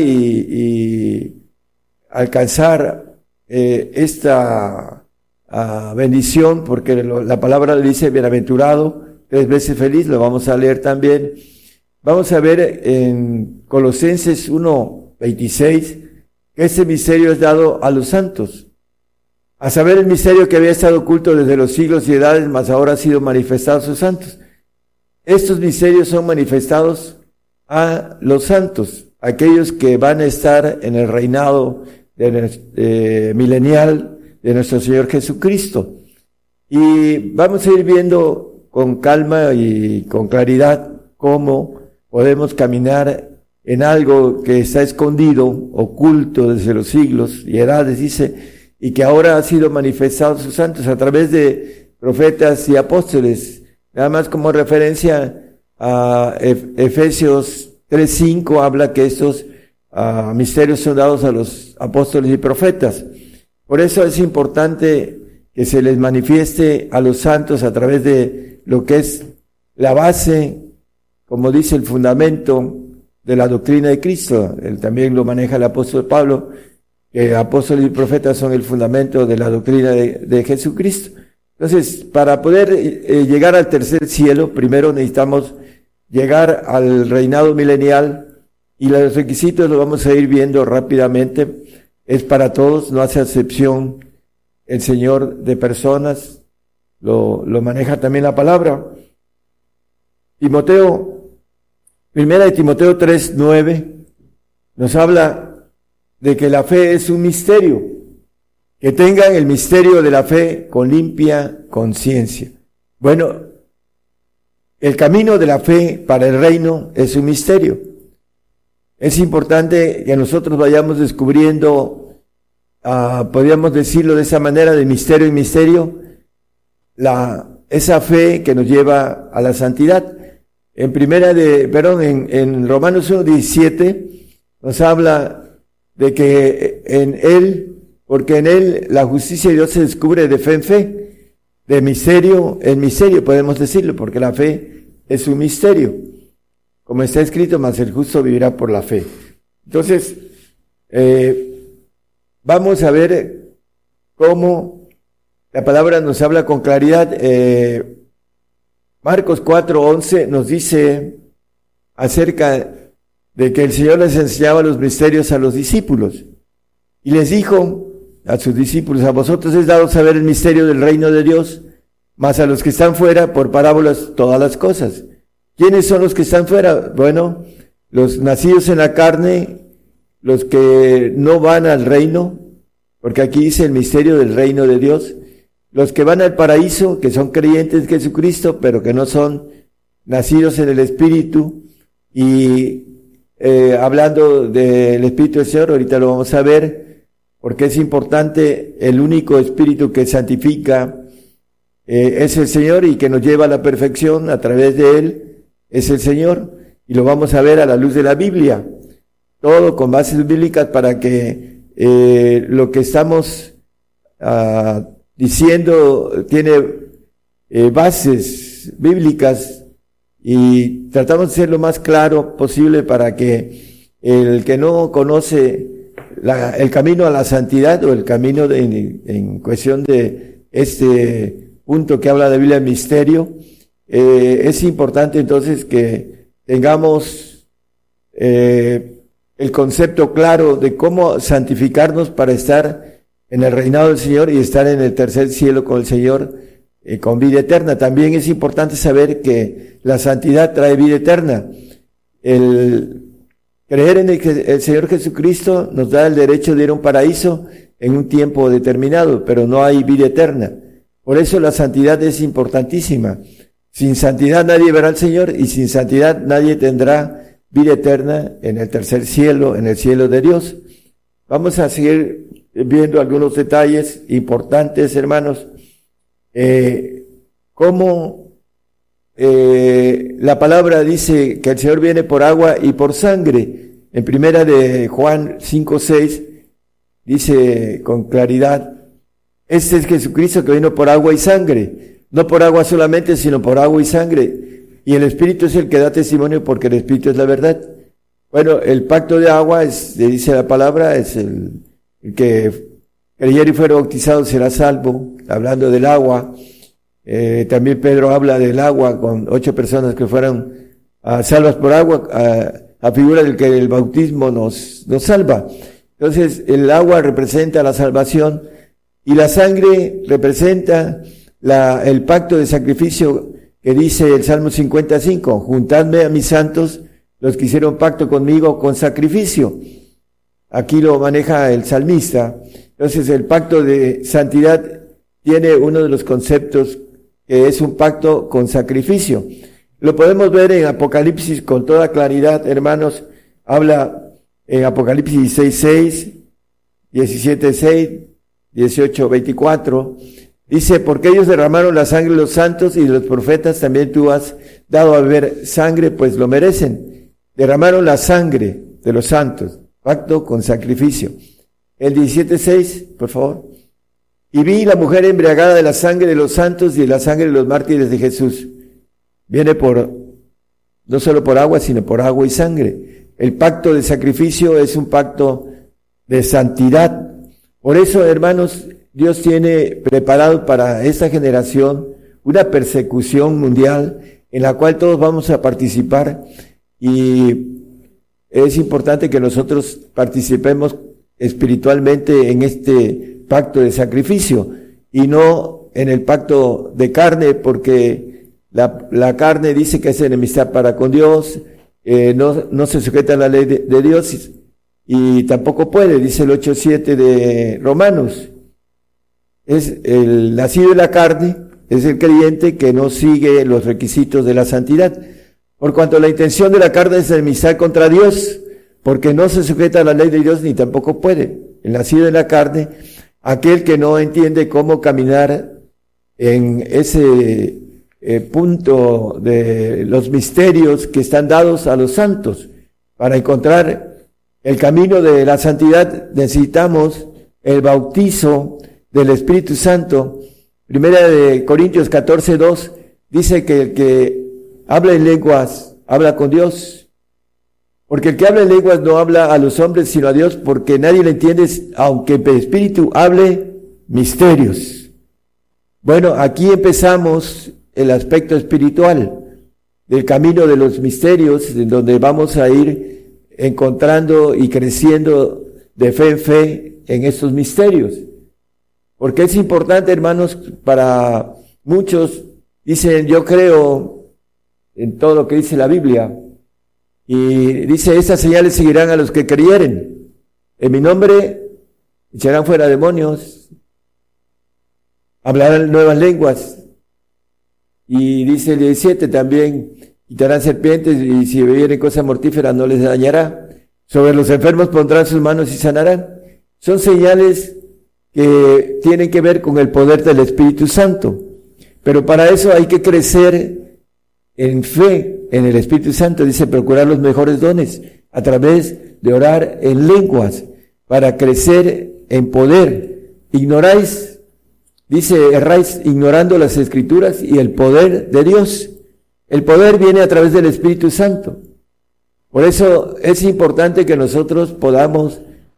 y alcanzar eh, esta a, bendición, porque lo, la palabra le dice bienaventurado, tres veces feliz, lo vamos a leer también. Vamos a ver en Colosenses uno veintiséis que este misterio es dado a los santos. A saber, el misterio que había estado oculto desde los siglos y edades, mas ahora ha sido manifestado a sus santos. Estos misterios son manifestados a los santos, aquellos que van a estar en el reinado de, eh, milenial de nuestro Señor Jesucristo. Y vamos a ir viendo con calma y con claridad cómo podemos caminar en algo que está escondido, oculto desde los siglos y edades, dice, y que ahora ha sido manifestado a sus santos a través de profetas y apóstoles. Nada más como referencia a Efesios tres cinco habla que estos uh, misterios son dados a los apóstoles y profetas. Por eso es importante que se les manifieste a los santos a través de lo que es la base, como dice el fundamento de la doctrina de Cristo. Él también lo maneja el apóstol Pablo, que apóstoles y profetas son el fundamento de la doctrina de, de Jesucristo. Entonces, para poder eh, llegar al tercer cielo, primero necesitamos llegar al reinado milenial, y los requisitos los vamos a ir viendo rápidamente. Es para todos, no hace excepción el Señor de personas, lo, lo maneja también la palabra. Timoteo, primera de Timoteo tres nueve, nos habla de que la fe es un misterio, que tengan el misterio de la fe con limpia conciencia. Bueno, el camino de la fe para el reino es un misterio. Es importante que nosotros vayamos descubriendo, uh, podríamos decirlo de esa manera, de misterio en misterio, la, esa fe que nos lleva a la santidad. En primera de, perdón, en, en Romanos uno diecisiete nos habla de que en Él, porque en Él la justicia de Dios se descubre de fe en fe, de misterio en misterio, podemos decirlo, porque la fe es un misterio. Como está escrito, mas el justo vivirá por la fe. Entonces, eh, vamos a ver cómo la palabra nos habla con claridad. Eh, Marcos cuatro once nos dice acerca de que el Señor les enseñaba los misterios a los discípulos. Y les dijo a sus discípulos: a vosotros es dado saber el misterio del reino de Dios, mas a los que están fuera, por parábolas, todas las cosas. ¿Quiénes son los que están fuera? Bueno, los nacidos en la carne, los que no van al reino, porque aquí dice el misterio del reino de Dios, los que van al paraíso, que son creyentes de Jesucristo, pero que no son nacidos en el Espíritu. Y eh, hablando del Espíritu del Señor, ahorita lo vamos a ver, porque es importante, el único Espíritu que santifica eh, es el Señor, y que nos lleva a la perfección a través de Él es el Señor, y lo vamos a ver a la luz de la Biblia, todo con bases bíblicas, para que eh, lo que estamos uh, diciendo tiene eh, bases bíblicas, y tratamos de ser lo más claro posible para que el que no conoce la, el camino a la santidad, o el camino de, en, en cuestión de este punto que habla de Biblia de misterio, eh, es importante entonces que tengamos eh, el concepto claro de cómo santificarnos para estar en el reinado del Señor y estar en el tercer cielo con el Señor, eh, con vida eterna. También es importante saber que la santidad trae vida eterna. El creer en el, el Señor Jesucristo nos da el derecho de ir a un paraíso en un tiempo determinado, pero no hay vida eterna. Por eso la santidad es importantísima. Sin santidad nadie verá al Señor, y sin santidad nadie tendrá vida eterna en el tercer cielo, en el cielo de Dios. Vamos a seguir viendo algunos detalles importantes, hermanos. Eh, cómo eh, la palabra dice que el Señor viene por agua y por sangre. En primera de Juan cinco seis dice con claridad: este es Jesucristo que vino por agua y sangre. No por agua solamente, sino por agua y sangre. Y el Espíritu es el que da testimonio, porque el Espíritu es la verdad. Bueno, el pacto de agua, es, dice la palabra, es el, el que creyere y fuera bautizado será salvo, hablando del agua. Eh, también Pedro habla del agua, con ocho personas que fueron uh, salvas por agua, uh, a figura del que el bautismo nos, nos salva. Entonces, el agua representa la salvación, y la sangre representa La, el pacto de sacrificio que dice el Salmo cincuenta y cinco, juntadme a mis santos, los que hicieron pacto conmigo con sacrificio. Aquí lo maneja el salmista. Entonces, el pacto de santidad tiene uno de los conceptos que es un pacto con sacrificio. Lo podemos ver en Apocalipsis con toda claridad, hermanos. Habla en Apocalipsis dieciséis seis, diecisiete seis, dieciocho veinticuatro. Dice: porque ellos derramaron la sangre de los santos y de los profetas, también tú has dado a beber sangre, pues lo merecen. derramaron la sangre de los santos, pacto con sacrificio. El diecisiete seis, por favor. Y vi la mujer embriagada de la sangre de los santos y de la sangre de los mártires de Jesús. Viene por, no solo por agua, sino por agua y sangre. El pacto de sacrificio es un pacto de santidad. Por eso, hermanos, Dios tiene preparado para esta generación una persecución mundial en la cual todos vamos a participar, y es importante que nosotros participemos espiritualmente en este pacto de sacrificio y no en el pacto de carne, porque la, la carne dice que es enemistad para con Dios, eh, no, no se sujeta a la ley de, de Dios y, y tampoco puede, dice el ocho siete de Romanos. Es el nacido de la carne, es el creyente que no sigue los requisitos de la santidad, por cuanto la intención de la carne es enemistad contra Dios, porque no se sujeta a la ley de Dios ni tampoco puede. El nacido de la carne, aquel que no entiende cómo caminar en ese eh, punto de los misterios que están dados a los santos. Para encontrar el camino de la santidad necesitamos el bautizo del Espíritu Santo. Primera de Corintios catorce dos dice que el que habla en lenguas habla con Dios, porque el que habla en lenguas no habla a los hombres sino a Dios, porque nadie le entiende aunque el Espíritu hable misterios. Bueno, aquí empezamos el aspecto espiritual del camino de los misterios, en donde vamos a ir encontrando y creciendo de fe en fe en estos misterios. Porque es importante, hermanos, para muchos dicen, yo creo en todo lo que dice la Biblia, y dice, estas señales seguirán a los que creyeren. En mi nombre echarán fuera demonios, hablarán nuevas lenguas, y dice el diecisiete también, quitarán serpientes, y si bebieren cosas mortíferas no les dañará. Sobre los enfermos pondrán sus manos y sanarán. Son señales que tienen que ver con el poder del Espíritu Santo. Pero para eso hay que crecer en fe en el Espíritu Santo. Dice, procurar los mejores dones a través de orar en lenguas para crecer en poder. Ignoráis, dice, erráis ignorando las Escrituras y el poder de Dios. El poder viene a través del Espíritu Santo. Por eso es importante que nosotros podamos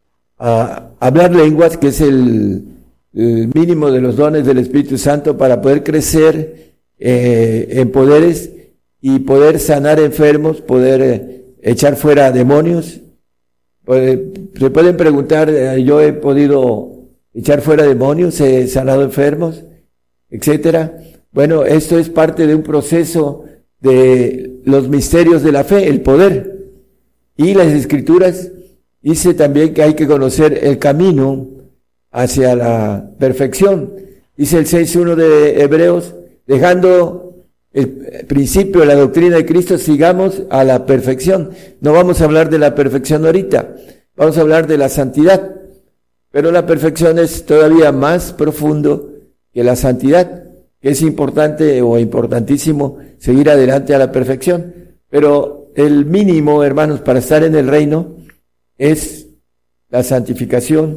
a hablar lenguas, que es el, el mínimo de los dones del Espíritu Santo, para poder crecer eh, en poderes y poder sanar enfermos, poder eh, echar fuera demonios. Pues, se pueden preguntar, eh, yo he podido echar fuera demonios, he sanado enfermos, etcétera. Bueno, esto es parte de un proceso de los misterios de la fe, el poder. Y las Escrituras dice también que hay que conocer el camino hacia la perfección. Dice el seis uno de Hebreos, dejando el principio de la doctrina de Cristo, sigamos a la perfección. No vamos a hablar de la perfección ahorita, vamos a hablar de la santidad. Pero la perfección es todavía más profundo que la santidad, que es importante o importantísimo seguir adelante a la perfección. Pero el mínimo, hermanos, para estar en el reino es la santificación,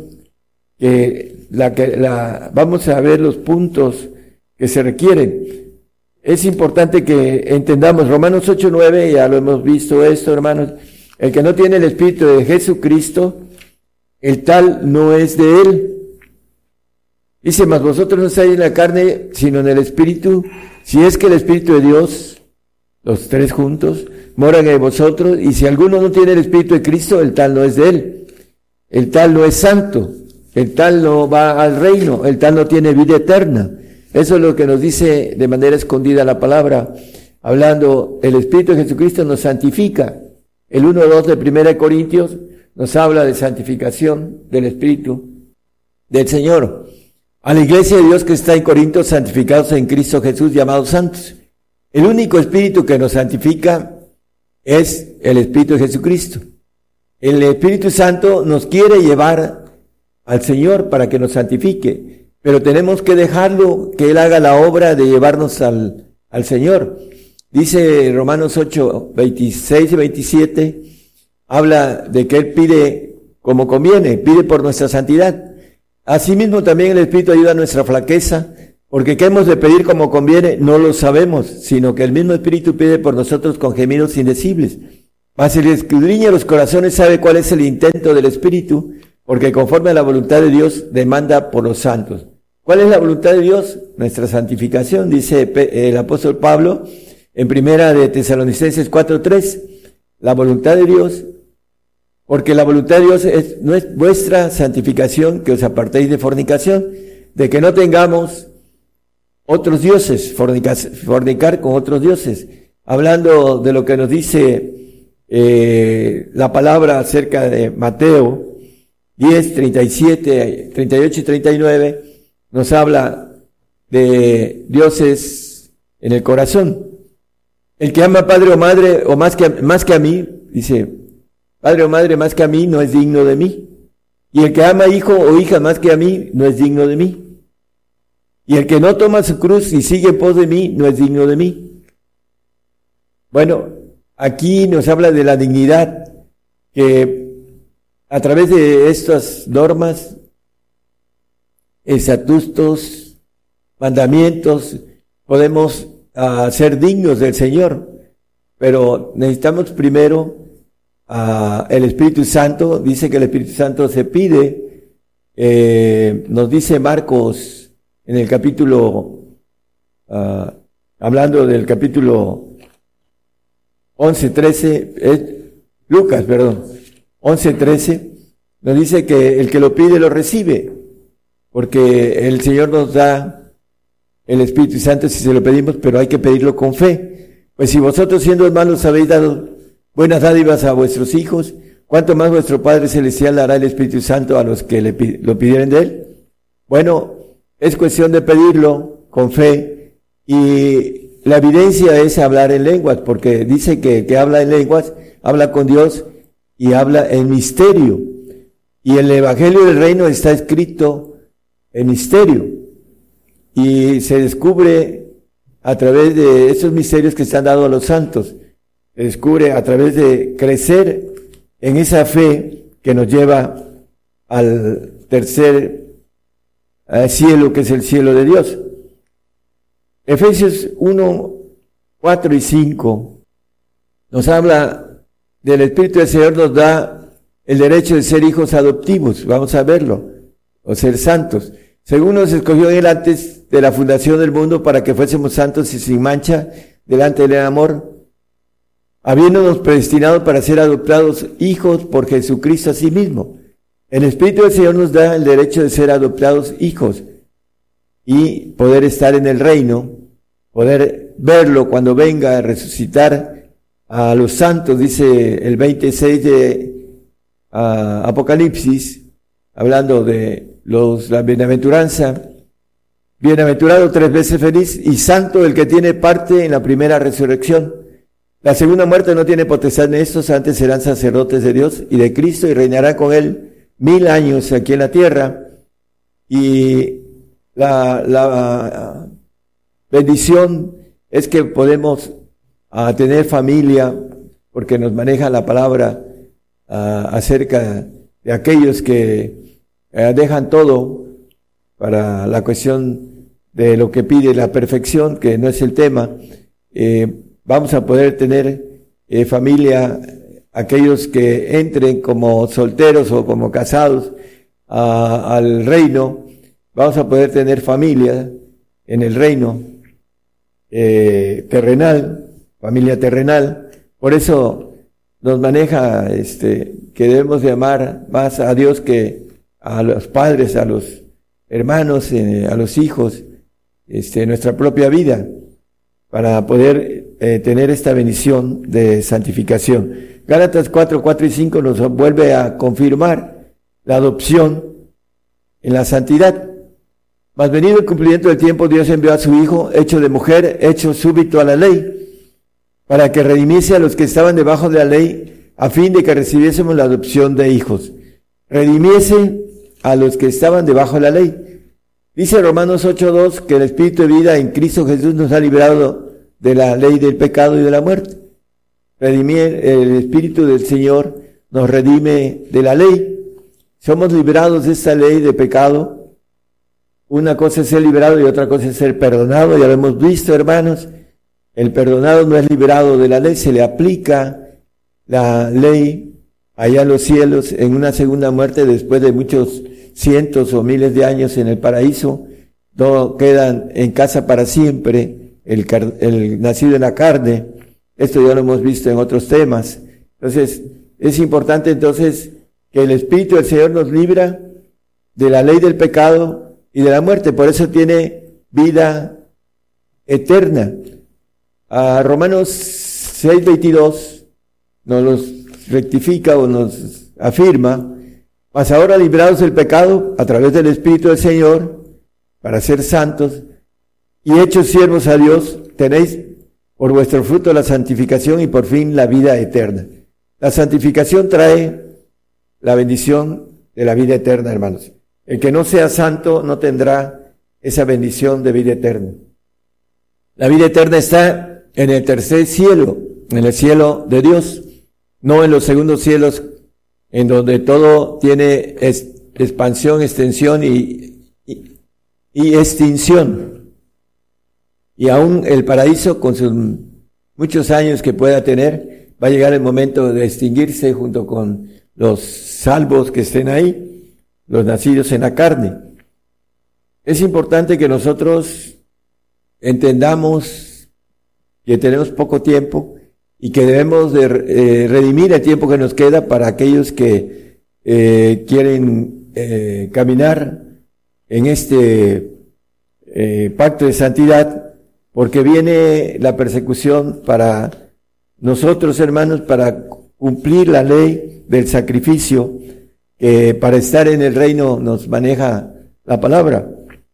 que la que la vamos a ver los puntos que se requieren. Es importante que entendamos Romanos ocho nueve, ya lo hemos visto esto, hermanos. El que no tiene el Espíritu de Jesucristo, el tal no es de él. Dice, mas vosotros no estáis en la carne, sino en el Espíritu, si es que el Espíritu de Dios, los tres juntos, moran en vosotros, y si alguno no tiene el Espíritu de Cristo, el tal no es de él. El tal no es santo, el tal no va al reino, el tal no tiene vida eterna. Eso es lo que nos dice de manera escondida la palabra, hablando, el Espíritu de Jesucristo nos santifica. El uno dos de Primera de Corintios nos habla de santificación del Espíritu del Señor. A la iglesia de Dios que está en Corinto, santificados en Cristo Jesús, llamados santos. El único Espíritu que nos santifica es el Espíritu de Jesucristo. El Espíritu Santo nos quiere llevar al Señor para que nos santifique, pero tenemos que dejarlo, que Él haga la obra de llevarnos al, al Señor. Dice Romanos ocho, veintiséis y veintisiete, habla de que Él pide como conviene, pide por nuestra santidad. Asimismo también el Espíritu ayuda a nuestra flaqueza, porque ¿qué hemos de pedir como conviene? No lo sabemos, sino que el mismo Espíritu pide por nosotros con gemidos indecibles. Mas el que escudriña los corazones sabe cuál es el intento del Espíritu, porque conforme a la voluntad de Dios demanda por los santos. ¿Cuál es la voluntad de Dios? Nuestra santificación, dice el apóstol Pablo en primera de Tesalonicenses cuatro tres. La voluntad de Dios, porque la voluntad de Dios es, no es vuestra santificación, que os apartéis de fornicación, de que no tengamos otros dioses, fornicar, fornicar con otros dioses. Hablando de lo que nos dice eh, la palabra acerca de Mateo diez, treinta y siete, treinta y ocho y treinta y nueve, nos habla de dioses en el corazón. El que ama padre o madre o más que, más que a mí, dice, padre o madre más que a mí no es digno de mí. Y el que ama hijo o hija más que a mí no es digno de mí. Y el que no toma su cruz y sigue en pos de mí no es digno de mí. Bueno, aquí nos habla de la dignidad que a través de estas normas, estatutos, mandamientos, podemos uh, ser dignos del Señor, pero necesitamos primero uh, el Espíritu Santo. Dice que el Espíritu Santo se pide, eh, nos dice Marcos en el capítulo, uh, hablando del capítulo once, trece, eh, Lucas, perdón, once, trece, nos dice que el que lo pide lo recibe, porque el Señor nos da el Espíritu Santo si se lo pedimos, pero hay que pedirlo con fe. Pues si vosotros siendo malos habéis dado buenas dádivas a vuestros hijos, ¿cuánto más vuestro Padre Celestial dará el Espíritu Santo a los que le, lo pidieren de Él? Bueno, es cuestión de pedirlo con fe, y la evidencia es hablar en lenguas, porque dice que, que habla en lenguas, habla con Dios y habla en misterio. Y el Evangelio del Reino está escrito en misterio, y se descubre a través de esos misterios que están dados a los santos. Se descubre a través de crecer en esa fe que nos lleva al tercer al cielo, que es el cielo de Dios. Efesios uno, cuatro y cinco nos habla del Espíritu del Señor, nos da el derecho de ser hijos adoptivos, vamos a verlo, o ser santos. Según nos escogió Él antes de la fundación del mundo para que fuésemos santos y sin mancha delante del amor, habiéndonos predestinado para ser adoptados hijos por Jesucristo a sí mismo. El Espíritu del Señor nos da el derecho de ser adoptados hijos y poder estar en el reino, poder verlo cuando venga a resucitar a los santos, dice el veintiséis de uh, Apocalipsis, hablando de los, la bienaventuranza. Bienaventurado tres veces feliz y santo el que tiene parte en la primera resurrección. La segunda muerte no tiene potestad en estos, antes serán sacerdotes de Dios y de Cristo y reinarán con Él mil años aquí en la tierra. Y la, la bendición es que podemos uh, tener familia, porque nos maneja la palabra uh, acerca de aquellos que uh, dejan todo para la cuestión de lo que pide la perfección, que no es el tema. Eh, vamos a poder tener eh, familia, aquellos que entren como solteros o como casados a, al reino, vamos a poder tener familia en el reino eh, terrenal, familia terrenal. Por eso nos maneja este que debemos de amar más a Dios que a los padres, a los hermanos, eh, a los hijos, este, nuestra propia vida, para poder eh, tener esta bendición de santificación. Gálatas cuatro, cuatro y cinco nos vuelve a confirmar la adopción en la santidad. Mas venido el cumplimiento del tiempo, Dios envió a su Hijo, hecho de mujer, hecho súbito a la ley, para que redimiese a los que estaban debajo de la ley, a fin de que recibiésemos la adopción de hijos. Redimiese a los que estaban debajo de la ley. Dice Romanos ocho dos que el Espíritu de vida en Cristo Jesús nos ha librado de la ley del pecado y de la muerte. Redimir, el Espíritu del Señor nos redime de la ley. Somos liberados de esta ley de pecado. Una cosa es ser liberado y otra cosa es ser perdonado. Ya lo hemos visto, hermanos. El perdonado no es liberado de la ley, se le aplica la ley allá en los cielos en una segunda muerte después de muchos cientos o miles de años en el paraíso. No quedan en casa para siempre el, el nacido en la carne. Esto ya lo hemos visto en otros temas. Entonces, es importante entonces que el Espíritu del Señor nos libra de la ley del pecado y de la muerte. Por eso tiene vida eterna. A Romanos seis veintidós nos los rectifica o nos afirma: mas ahora librados del pecado a través del Espíritu del Señor, para ser santos y hechos siervos a Dios, tenéis por vuestro fruto la santificación y por fin la vida eterna. La santificación trae la bendición de la vida eterna, hermanos. El que no sea santo no tendrá esa bendición de vida eterna. La vida eterna está en el tercer cielo, en el cielo de Dios, no en los segundos cielos, en donde todo tiene es, expansión, extensión y, y, y extinción. Y aún el paraíso, con sus muchos años que pueda tener, va a llegar el momento de extinguirse junto con los salvos que estén ahí, los nacidos en la carne. Es importante que nosotros entendamos que tenemos poco tiempo y que debemos de eh, redimir el tiempo que nos queda para aquellos que eh, quieren eh, caminar en este eh, pacto de santidad, porque viene la persecución para nosotros, hermanos, para cumplir la ley del sacrificio que para estar en el reino nos maneja la palabra.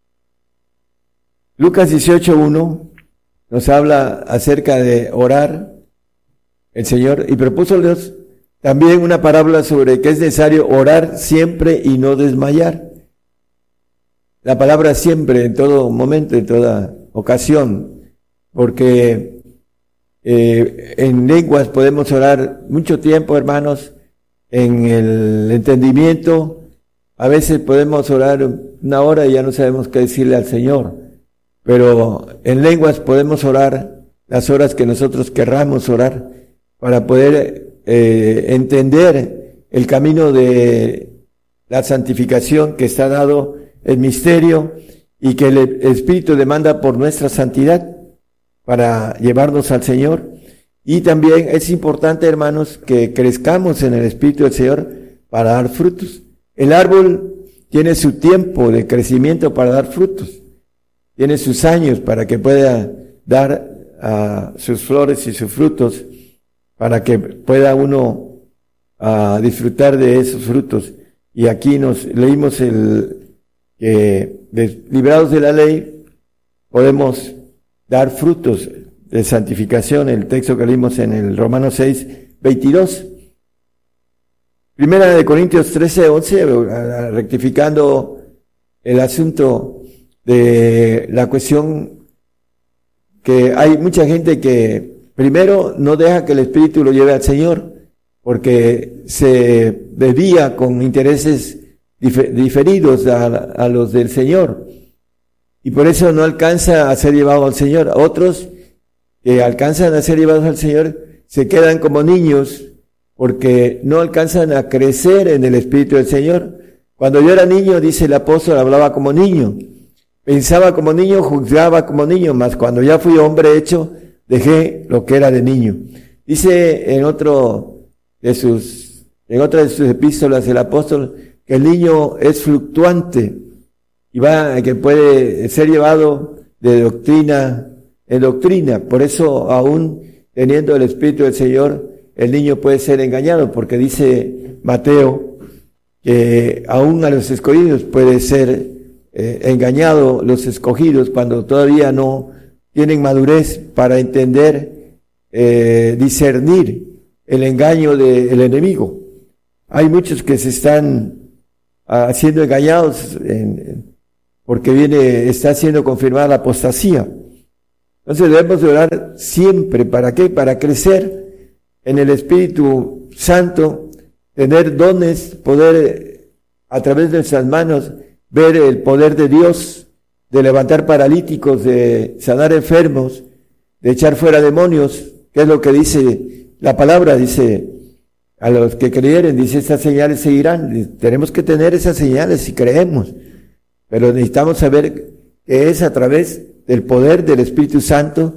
Lucas dieciocho uno nos habla acerca de orar el Señor y propuso Dios también una parábola sobre que es necesario orar siempre y no desmayar. La palabra siempre, en todo momento, en toda ocasión, porque eh, en lenguas podemos orar mucho tiempo, hermanos, en el entendimiento. A veces podemos orar una hora y ya no sabemos qué decirle al Señor, pero en lenguas podemos orar las horas que nosotros querramos orar para poder eh, entender el camino de la santificación que está dado, el misterio, y que el Espíritu demanda por nuestra santidad para llevarnos al Señor. Y también es importante, hermanos, que crezcamos en el Espíritu del Señor para dar frutos. El árbol tiene su tiempo de crecimiento para dar frutos, tiene sus años para que pueda dar uh, sus flores y sus frutos, para que pueda uno uh, disfrutar de esos frutos. Y aquí nos leímos el que de, librados de la ley podemos dar frutos de santificación, el texto que leímos en el Romanos seis veintidós. Primera de Corintios trece once, rectificando el asunto de la cuestión que hay mucha gente que primero no deja que el Espíritu lo lleve al Señor, porque se desvía con intereses diferidos a, a los del Señor, y por eso no alcanza a ser llevado al Señor. Otros que alcanzan a ser llevados al Señor se quedan como niños, porque no alcanzan a crecer en el Espíritu del Señor. Cuando yo era niño, dice el apóstol, hablaba como niño, pensaba como niño, juzgaba como niño, mas cuando ya fui hombre hecho, dejé lo que era de niño. Dice en otro de sus, en otra de sus epístolas el apóstol que el niño es fluctuante y va, que puede ser llevado de doctrina en doctrina. Por eso, aún teniendo el Espíritu del Señor, el niño puede ser engañado, porque dice Mateo que aún a los escogidos puede ser eh, engañado, los escogidos, cuando todavía no tienen madurez para entender, eh, discernir el engaño del enemigo. Hay muchos que se están uh, siendo engañados en, porque viene, está siendo confirmada la apostasía. Entonces debemos de orar siempre. ¿Para qué? Para crecer en el Espíritu Santo, tener dones, poder a través de nuestras manos ver el poder de Dios, de levantar paralíticos, de sanar enfermos, de echar fuera demonios, que es lo que dice la palabra. Dice, a los que creyeren, dice, estas señales seguirán. Tenemos que tener esas señales si creemos, pero necesitamos saber que es a través del poder del Espíritu Santo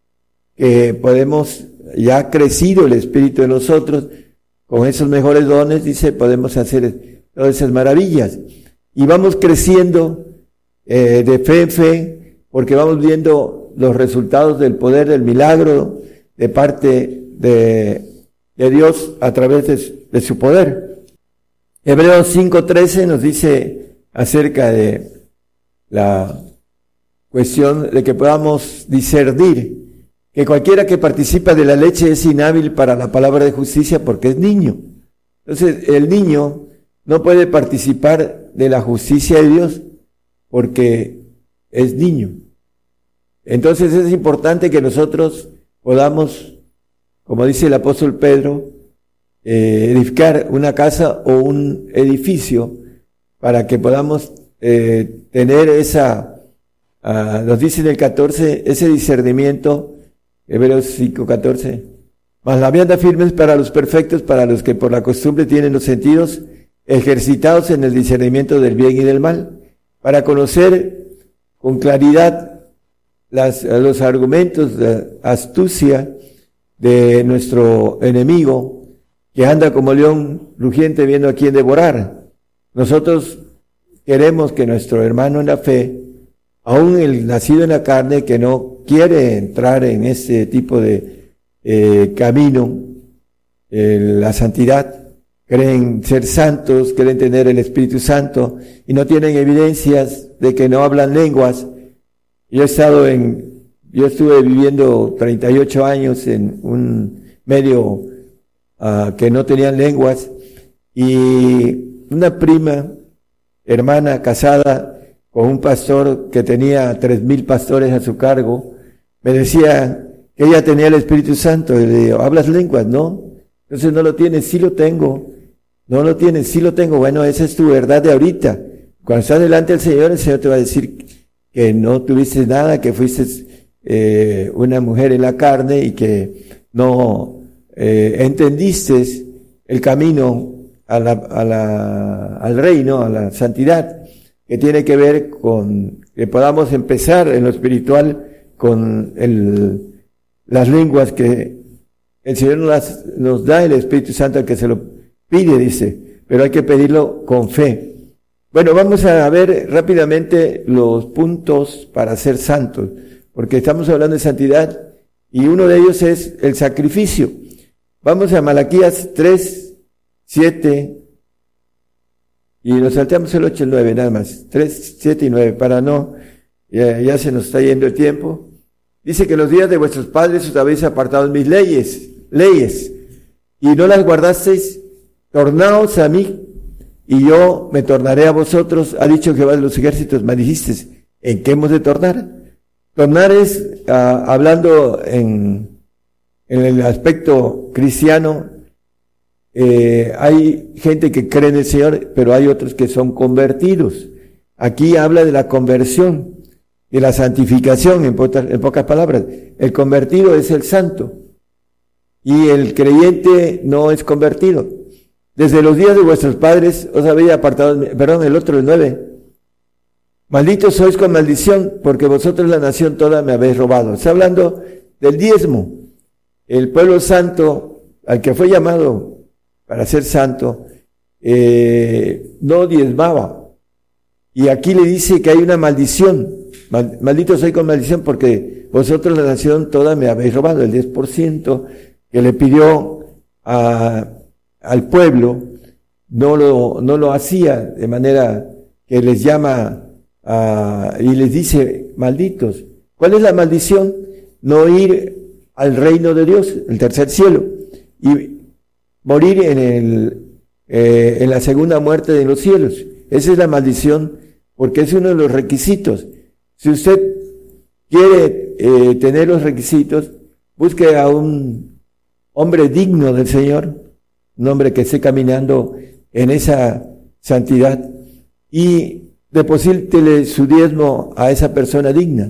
que podemos, ya ha crecido el Espíritu de nosotros, con esos mejores dones, dice, podemos hacer todas esas maravillas. Y vamos creciendo eh, de fe en fe, porque vamos viendo los resultados del poder del milagro de parte de, de Dios a través de, de su poder. Hebreos cinco trece nos dice acerca de la cuestión de que podamos discernir que cualquiera que participa de la leche es inhábil para la palabra de justicia porque es niño. Entonces, el niño no puede participar de la justicia de Dios porque es niño. Entonces, es importante que nosotros podamos, como dice el apóstol Pedro, eh, edificar una casa o un edificio para que podamos eh, tener esa, uh, nos dice en el catorce, ese discernimiento. Hebreos cinco catorce. Mas la vianda firme es para los perfectos, para los que por la costumbre tienen los sentidos ejercitados en el discernimiento del bien y del mal, para conocer con claridad las, los argumentos de astucia de nuestro enemigo, que anda como león rugiente viendo a quién devorar. Nosotros queremos que nuestro hermano en la fe, aún el nacido en la carne, que no quiere entrar en ese tipo de eh, camino, eh, la santidad, creen ser santos, creen tener el Espíritu Santo y no tienen evidencias de que no hablan lenguas. Yo he estado en, yo estuve viviendo treinta y ocho años en un medio uh, que no tenían lenguas, y una prima, hermana casada, con un pastor que tenía tres mil pastores a su cargo, me decía que ella tenía el Espíritu Santo. Y le digo, ¿hablas lenguas? No. Entonces no lo tienes. Sí lo tengo. No lo tienes. Sí lo tengo. Bueno, esa es tu verdad de ahorita. Cuando estás delante del Señor, el Señor te va a decir que no tuviste nada, que fuiste eh, una mujer en la carne y que no eh, entendiste el camino a la, a la, al reino, a la santidad, que tiene que ver con que podamos empezar en lo espiritual con el, las lenguas que el Señor nos, las, nos da, el Espíritu Santo al que se lo pide, dice, pero hay que pedirlo con fe. Bueno, vamos a ver rápidamente los puntos para ser santos, porque estamos hablando de santidad y uno de ellos es el sacrificio. Vamos a Malaquías tres, siete, y nos salteamos el ocho y el nueve nada más, tres, siete y nueve, para no, ya, ya se nos está yendo el tiempo. Dice que los días de vuestros padres os habéis apartado mis leyes, leyes, y no las guardasteis, tornaos a mí, y yo me tornaré a vosotros, ha dicho Jehová de los ejércitos. Me dijiste, ¿en qué hemos de tornar? Tornar es, uh, hablando en, en el aspecto cristiano, Eh, hay gente que cree en el Señor, pero hay otros que son convertidos. Aquí habla de la conversión, de la santificación, en, pocas, en pocas palabras. El convertido es el santo y el creyente no es convertido. Desde los días de vuestros padres os habéis apartado, perdón, el otro, el nueve. Malditos sois con maldición, porque vosotros la nación toda me habéis robado. Está hablando del diezmo. El pueblo santo, al que fue llamado para ser santo, eh, no diezmaba. Y aquí le dice que hay una maldición. Mal, maldito soy con maldición porque vosotros la nación toda me habéis robado. El diez por ciento que le pidió a, al pueblo no lo, no lo hacía, de manera que les llama a, y les dice malditos. ¿Cuál es la maldición? No ir al reino de Dios, el tercer cielo, y morir en el eh, en la segunda muerte de los cielos. Esa es la maldición, porque es uno de los requisitos. Si usted quiere eh, tener los requisitos, busque a un hombre digno del Señor, un hombre que esté caminando en esa santidad, y deposítele su diezmo a esa persona digna.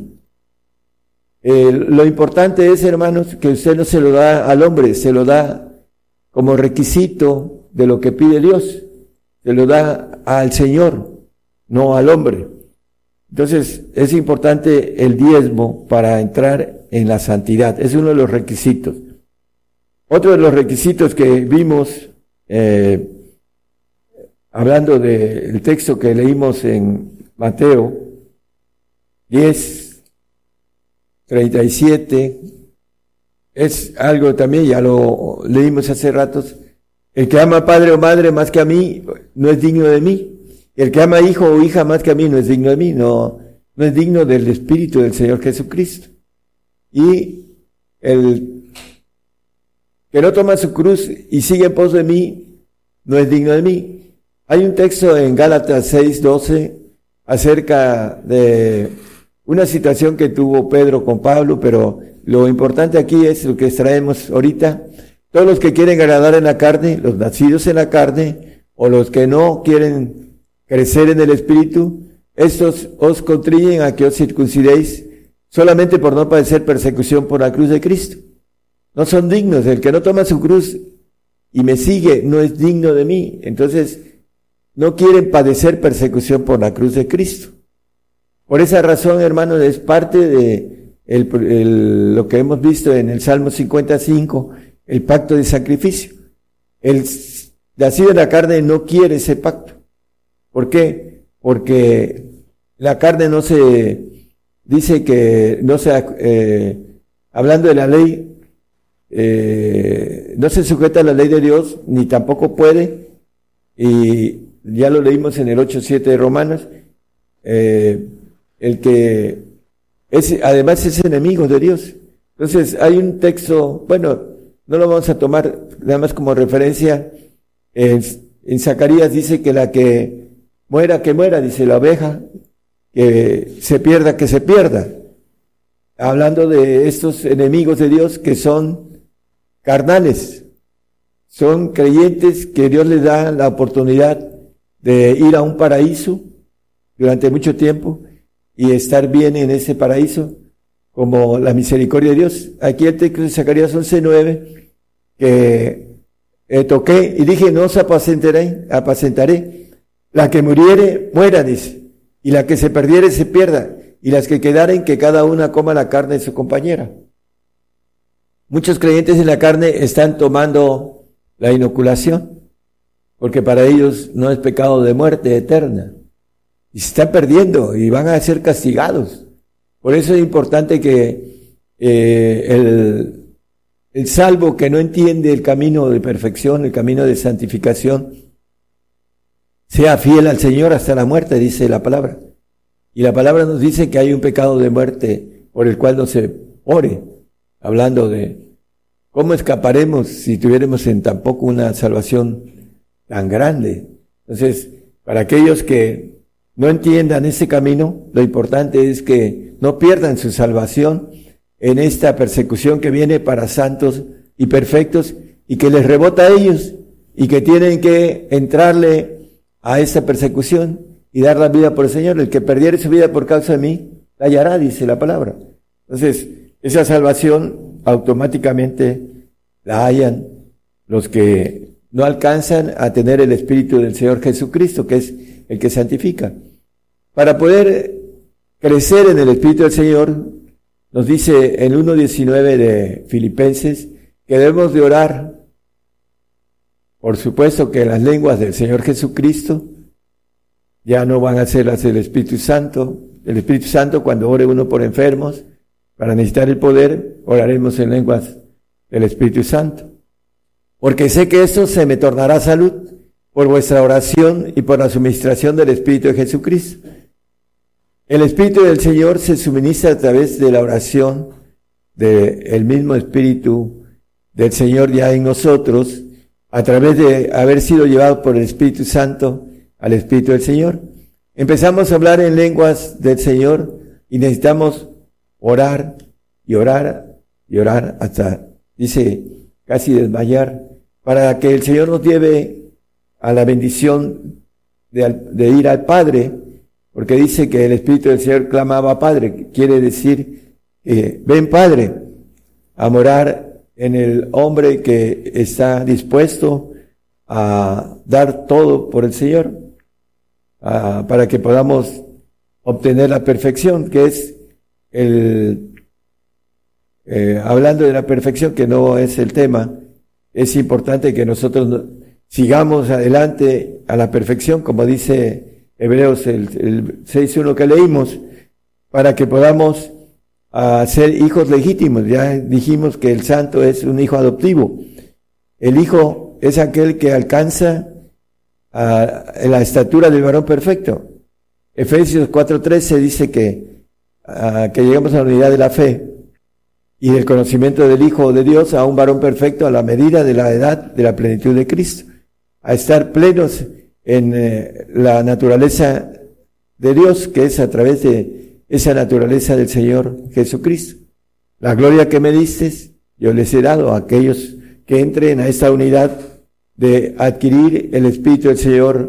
Eh, lo importante es, hermanos, que usted no se lo da al hombre, se lo da como requisito de lo que pide Dios, se lo da al Señor, no al hombre. Entonces, es importante el diezmo para entrar en la santidad, es uno de los requisitos. Otro de los requisitos que vimos, eh, hablando del texto que leímos en Mateo diez, treinta y siete, es algo también, ya lo leímos hace ratos, el que ama padre o madre más que a mí no es digno de mí. El que ama hijo o hija más que a mí no es digno de mí, no, no es digno del Espíritu del Señor Jesucristo. Y el que no toma su cruz y sigue en pos de mí, no es digno de mí. Hay un texto en Gálatas seis doce acerca de una situación que tuvo Pedro con Pablo, pero lo importante aquí es lo que extraemos ahorita. Todos los que quieren agradar en la carne, los nacidos en la carne, o los que no quieren crecer en el Espíritu, estos os contriñen a que os circuncidéis solamente por no padecer persecución por la cruz de Cristo. No son dignos. El que no toma su cruz y me sigue no es digno de mí. Entonces, no quieren padecer persecución por la cruz de Cristo. Por esa razón, hermanos, es parte de el, el, lo que hemos visto en el Salmo cincuenta y cinco, el pacto de sacrificio. El nacido en la carne no quiere ese pacto. ¿Por qué? Porque la carne no se, dice que no se, eh, hablando de la ley, eh, no se sujeta a la ley de Dios, ni tampoco puede, y ya lo leímos en el ocho siete de Romanos, eh, el que es, además es enemigo de Dios. Entonces hay un texto, bueno, no lo vamos a tomar nada más como referencia, en, en Zacarías dice que la que muera, que muera, dice la oveja, que se pierda, que se pierda. Hablando de estos enemigos de Dios que son carnales, son creyentes que Dios les da la oportunidad de ir a un paraíso durante mucho tiempo y estar bien en ese paraíso, como la misericordia de Dios. Aquí el texto de Zacarías once nueve, que eh, toqué y dije, no os apacentaré, apacentaré. La que muriere, muera, dice, y la que se perdiere, se pierda, y las que quedaren, que cada una coma la carne de su compañera. Muchos creyentes en la carne están tomando la inoculación, porque para ellos no es pecado de muerte eterna, y se están perdiendo, y van a ser castigados. Por eso es importante que eh, el, el salvo que no entiende el camino de perfección, el camino de santificación, sea fiel al Señor hasta la muerte, dice la palabra. Y la palabra nos dice que hay un pecado de muerte por el cual no se ore, hablando de cómo escaparemos si tuviéramos en tampoco una salvación tan grande. Entonces, para aquellos que no entiendan ese camino, lo importante es que no pierdan su salvación en esta persecución que viene para santos y perfectos y que les rebota a ellos y que tienen que entrarle a esa persecución y dar la vida por el Señor. El que perdiere su vida por causa de mí, la hallará, dice la palabra. Entonces, esa salvación automáticamente la hallan los que no alcanzan a tener el Espíritu del Señor Jesucristo, que es el que santifica. Para poder crecer en el Espíritu del Señor, nos dice en uno diecinueve de Filipenses que debemos de orar. Por supuesto que las lenguas del Señor Jesucristo ya no van a ser las del Espíritu Santo. El Espíritu Santo, cuando ore uno por enfermos, para necesitar el poder, oraremos en lenguas del Espíritu Santo. Porque sé que esto se me tornará salud por vuestra oración y por la suministración del Espíritu de Jesucristo. El Espíritu del Señor se suministra a través de la oración del mismo Espíritu del Señor ya en nosotros, a través de haber sido llevado por el Espíritu Santo al Espíritu del Señor. Empezamos a hablar en lenguas del Señor y necesitamos orar y orar y orar hasta, dice, casi desmayar, para que el Señor nos lleve a la bendición de, de ir al Padre, porque dice que el Espíritu del Señor clamaba Padre, quiere decir, eh, ven Padre, a morar en el hombre que está dispuesto a dar todo por el Señor, a, para que podamos obtener la perfección, que es el, eh, hablando de la perfección, que no es el tema, es importante que nosotros sigamos adelante a la perfección, como dice Hebreos el, el seis uno que leímos, para que podamos uh, ser hijos legítimos. Ya dijimos que el santo es un hijo adoptivo. El hijo es aquel que alcanza uh, la estatura del varón perfecto. Efesios cuatro trece dice que, uh, que llegamos a la unidad de la fe y del conocimiento del Hijo de Dios, a un varón perfecto a la medida de la edad de la plenitud de Cristo, a estar plenos en eh, la naturaleza de Dios, que es a través de esa naturaleza del Señor Jesucristo. La gloria que me diste, yo les he dado a aquellos que entren a esta unidad de adquirir el Espíritu del Señor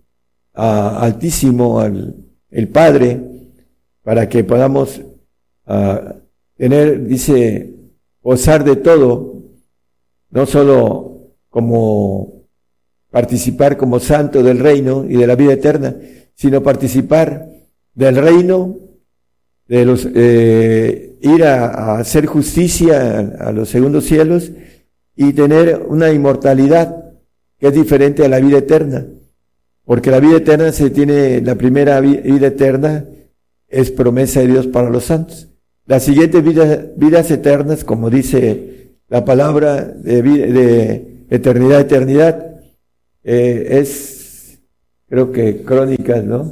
uh, Altísimo, al el Padre, para que podamos uh, tener, dice, gozar de todo, no solo como participar como santo del reino y de la vida eterna, sino participar del reino, de los eh, ir a, a hacer justicia a, a los segundos cielos y tener una inmortalidad que es diferente a la vida eterna, porque la vida eterna se tiene, la primera vida eterna es promesa de Dios para los santos. Las siguientes vidas, vidas eternas, como dice la palabra de, de eternidad a eternidad, eh, es, creo que Crónicas, ¿no?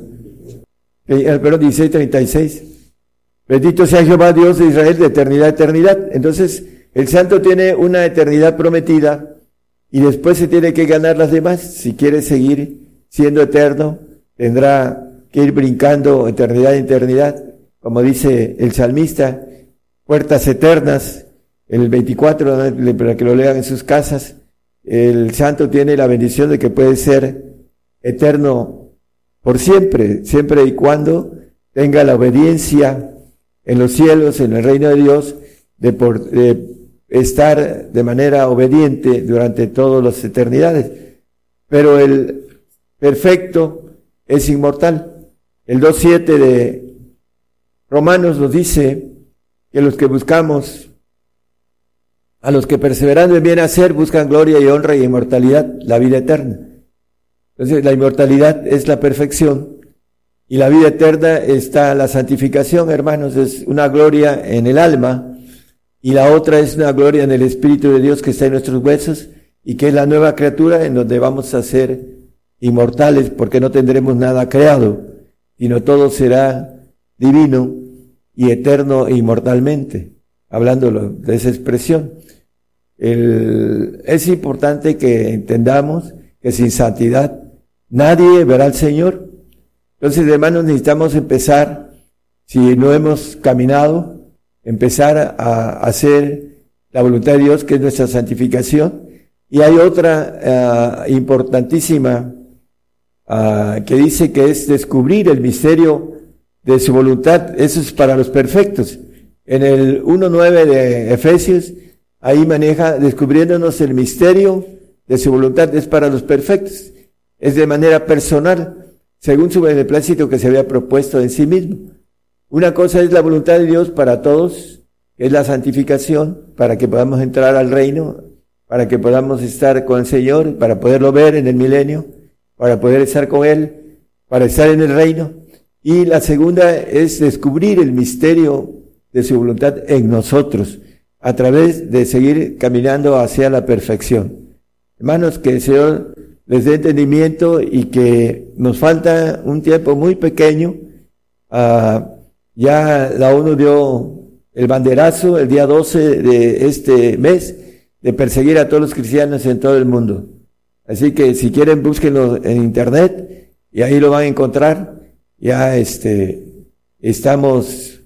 Eh, perdón, dieciséis treinta y seis. Bendito sea Jehová Dios de Israel de eternidad a eternidad. Entonces, el santo tiene una eternidad prometida y después se tiene que ganar las demás. Si quiere seguir siendo eterno, tendrá que ir brincando eternidad a eternidad. Como dice el salmista, puertas eternas, el veinticuatro, para que lo lean en sus casas, el santo tiene la bendición de que puede ser eterno por siempre, siempre y cuando tenga la obediencia en los cielos, en el reino de Dios, de, por, de estar de manera obediente durante todas las eternidades. Pero el perfecto es inmortal. El dos siete de Romanos nos dice que los que buscamos, a los que perseverando en bien hacer, buscan gloria y honra y inmortalidad, la vida eterna. Entonces, la inmortalidad es la perfección y la vida eterna está la santificación, hermanos, es una gloria en el alma y la otra es una gloria en el Espíritu de Dios que está en nuestros huesos y que es la nueva criatura en donde vamos a ser inmortales porque no tendremos nada creado, sino todo será divino y eterno e inmortalmente, hablando de esa expresión. El, es importante que entendamos que sin santidad nadie verá al Señor. Entonces, hermanos, necesitamos empezar, si no hemos caminado, empezar a hacer la voluntad de Dios, que es nuestra santificación. Y hay otra uh, importantísima uh, que dice que es descubrir el misterio de su voluntad. Eso es para los perfectos. En el uno nueve de Efesios, ahí maneja descubriéndonos el misterio de su voluntad. Es para los perfectos. Es de manera personal, según su beneplácito que se había propuesto en sí mismo. Una cosa es la voluntad de Dios para todos, que es la santificación, para que podamos entrar al reino, para que podamos estar con el Señor, para poderlo ver en el milenio, para poder estar con Él, para estar en el reino. Y la segunda es descubrir el misterio de su voluntad en nosotros, a través de seguir caminando hacia la perfección. Hermanos, que el Señor les dé entendimiento y que nos falta un tiempo muy pequeño. Uh, ya la ONU dio el banderazo el día doce de este mes de perseguir a todos los cristianos en todo el mundo. Así que si quieren búsquenlo en internet y ahí lo van a encontrar. Ya este estamos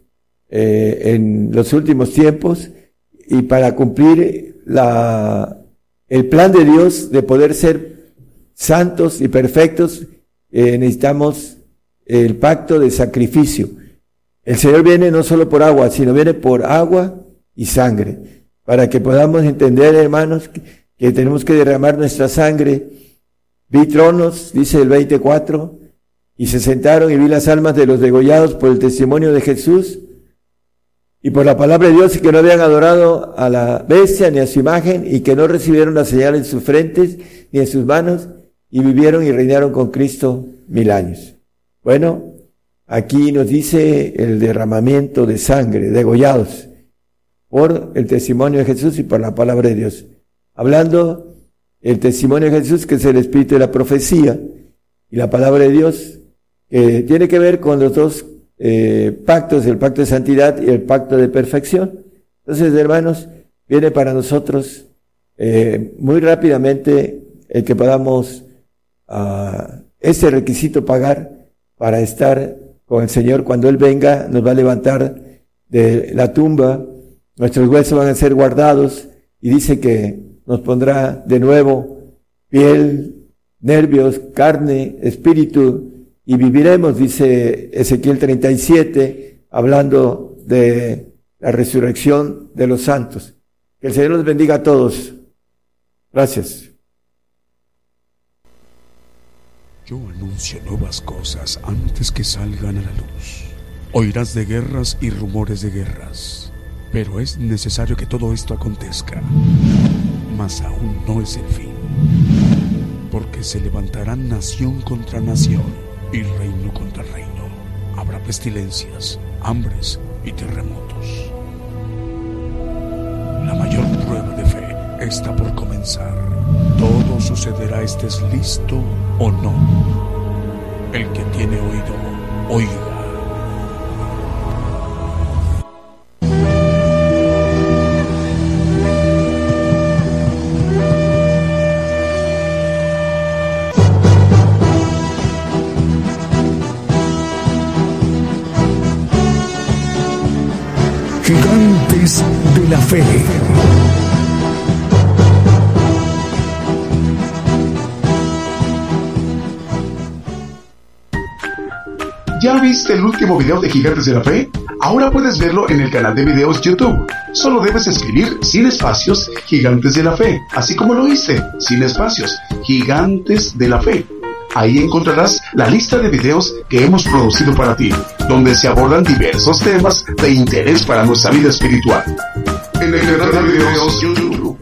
eh, en los últimos tiempos y para cumplir la, el plan de Dios de poder ser santos y perfectos, eh, necesitamos el pacto de sacrificio. El Señor viene no solo por agua, sino viene por agua y sangre, para que podamos entender, hermanos, que, que tenemos que derramar nuestra sangre. Vi tronos, dice el veinticuatro, y se sentaron y vi las almas de los degollados por el testimonio de Jesús y por la palabra de Dios, y que no habían adorado a la bestia ni a su imagen, y que no recibieron la señal en sus frentes ni en sus manos, y vivieron y reinaron con Cristo mil años. Bueno, aquí nos dice el derramamiento de sangre, degollados por el testimonio de Jesús y por la palabra de Dios. Hablando el testimonio de Jesús, que es el espíritu de la profecía, y la palabra de Dios, que tiene que ver con los dos eh, pactos, el pacto de santidad y el pacto de perfección. Entonces, hermanos, viene para nosotros eh, muy rápidamente el que podamos uh, ese requisito pagar para estar con el Señor. Cuando Él venga, nos va a levantar de la tumba, nuestros huesos van a ser guardados, y dice que nos pondrá de nuevo piel, nervios, carne, espíritu, y viviremos, dice Ezequiel treinta y siete, hablando de la resurrección de los santos. Que el Señor los bendiga a todos. Gracias. Yo anuncio nuevas cosas antes que salgan a la luz. Oirás de guerras y rumores de guerras, pero es necesario que todo esto acontezca. Mas aún no es el fin, porque se levantarán nación contra nación y reino contra reino. Habrá pestilencias, hambres y terremotos. La mayor prueba de fe está por comenzar. Todo sucederá, estés listo o no. El que tiene oído, oiga. Gigantes de la Fe. ¿Ya viste el último video de Gigantes de la Fe? Ahora puedes verlo en el canal de videos YouTube. Solo debes escribir sin espacios Gigantes de la Fe, así como lo hice, sin espacios, Gigantes de la Fe. Ahí encontrarás la lista de videos que hemos producido para ti, donde se abordan diversos temas de interés para nuestra vida espiritual. En el canal de videos YouTube.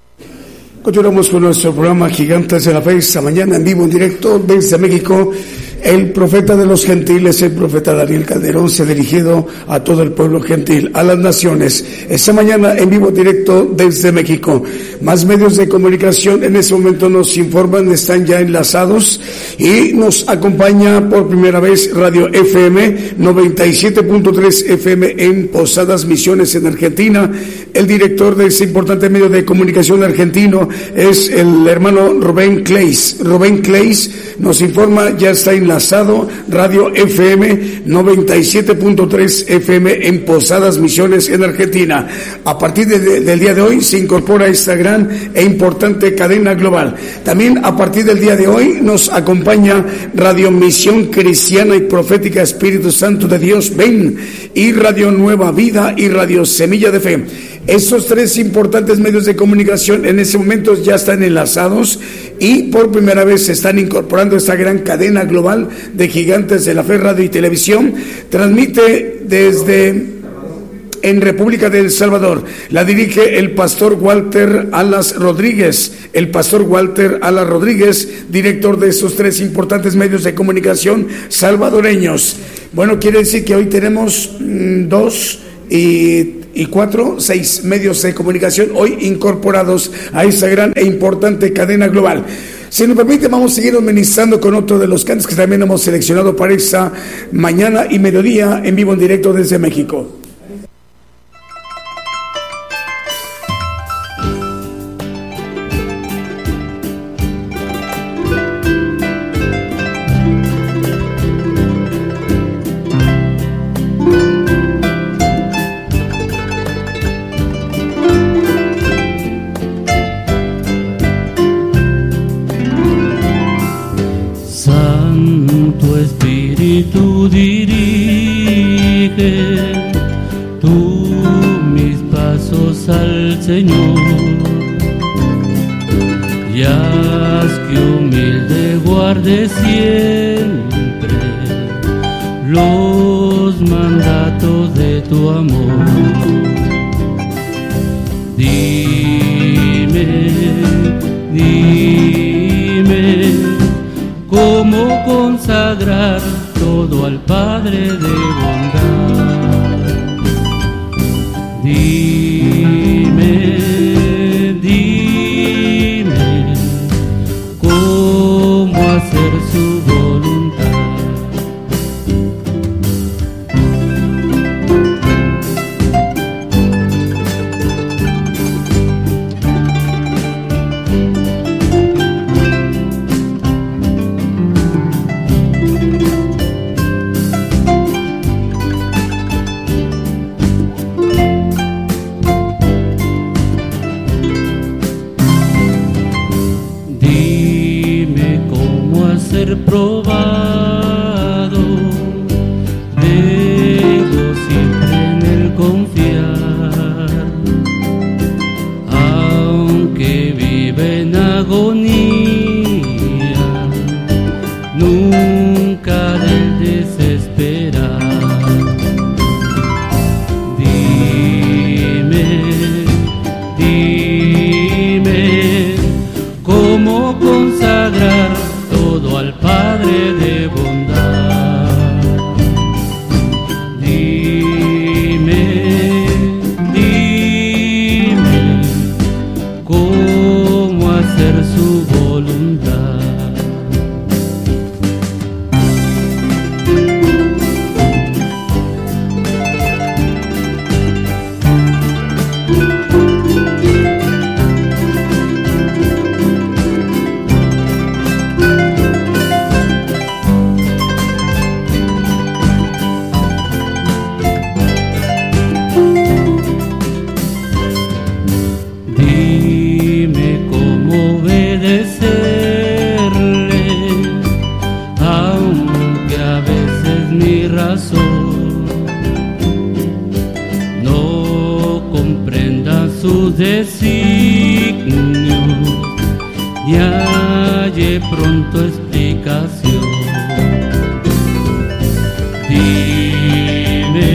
Continuamos con nuestro programa Gigantes de la Fe. Esta mañana en vivo, en directo desde México. El profeta de los gentiles, el profeta Daniel Calderón, se ha dirigido a todo el pueblo gentil, a las naciones. Esta mañana en vivo directo desde México. Más medios de comunicación en este momento nos informan, están ya enlazados, y nos acompaña por primera vez Radio F M noventa y siete punto tres F M en Posadas Misiones en Argentina. El director de este importante medio de comunicación argentino es el hermano Rubén Clays. Rubén Clays nos informa, ya está enlazado Radio F M noventa y siete punto tres F M en Posadas Misiones en Argentina. A partir de, de, del día de hoy se incorpora esta gran e importante cadena global. También a partir del día de hoy nos acompaña Radio Misión Cristiana y Profética Espíritu Santo de Dios, ven, y Radio Nueva Vida y Radio Semilla de Fe. Estos tres importantes medios de comunicación en este momento ya están enlazados y por primera vez se están incorporando a esta gran cadena global de Gigantes de la Fe, radio y televisión. Transmite desde en República del Salvador. La dirige el pastor Walter Alas Rodríguez. El pastor Walter Alas Rodríguez, director de estos tres importantes medios de comunicación salvadoreños. Bueno, quiere decir que hoy tenemos mmm, dos y y cuatro, seis medios de comunicación hoy incorporados a esta gran e importante cadena global. Si nos permite, vamos a seguir ministrando con otro de los cantos que también hemos seleccionado para esta mañana y mediodía en vivo en directo desde México. Espíritu dirige tú mis pasos al Señor, y haz que humilde guarde siempre los mandatos de tu amor. Dime, dime cómo consagrar todo al Padre de bondad. Dime, dime cómo hacer su voluntad. Probado, dejo siempre en el confiar, aunque vive en agonía, nunca del desesperar. Dime, dime cómo consagrar todo al Padre de bondad. Dime, dime cómo hacer su voluntad. Sus designios y halle pronto explicación. Dime,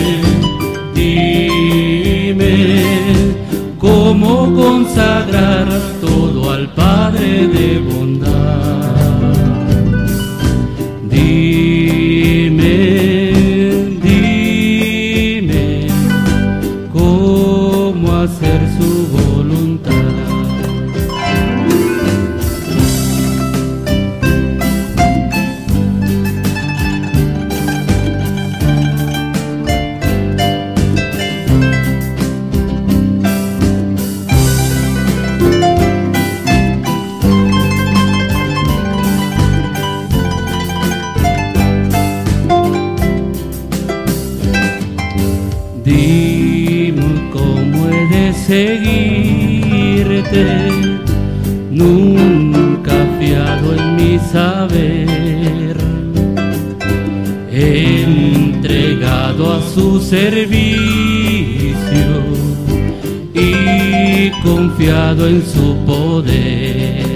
dime cómo consagrar todo al Padre de bondad. Dime, dime cómo hacer su voluntad. Dime cómo he de seguirte, nunca fiado en mi saber, entregado a su servicio y confiado en su poder.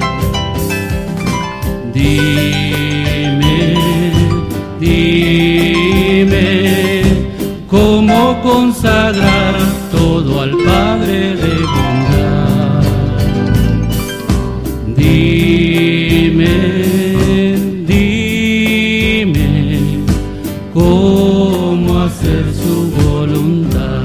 Dime, dime cómo consagrar todo al Padre de bondad. Dime, dime cómo hacer su voluntad.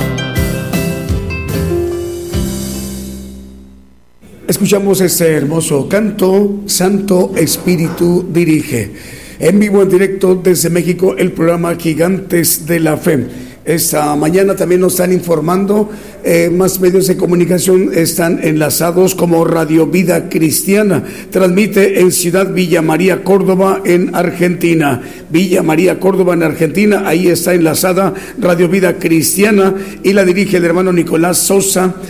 Escuchamos este hermoso canto, Santo Espíritu dirige. En vivo, en directo desde México, el programa Gigantes de la Fe. Esta mañana también nos están informando, eh, más medios de comunicación están enlazados, como Radio Vida Cristiana. Transmite en Ciudad Villa María, Córdoba, en Argentina. Villa María, Córdoba, en Argentina. Ahí está enlazada Radio Vida Cristiana y la dirige el hermano Nicolás Sosa.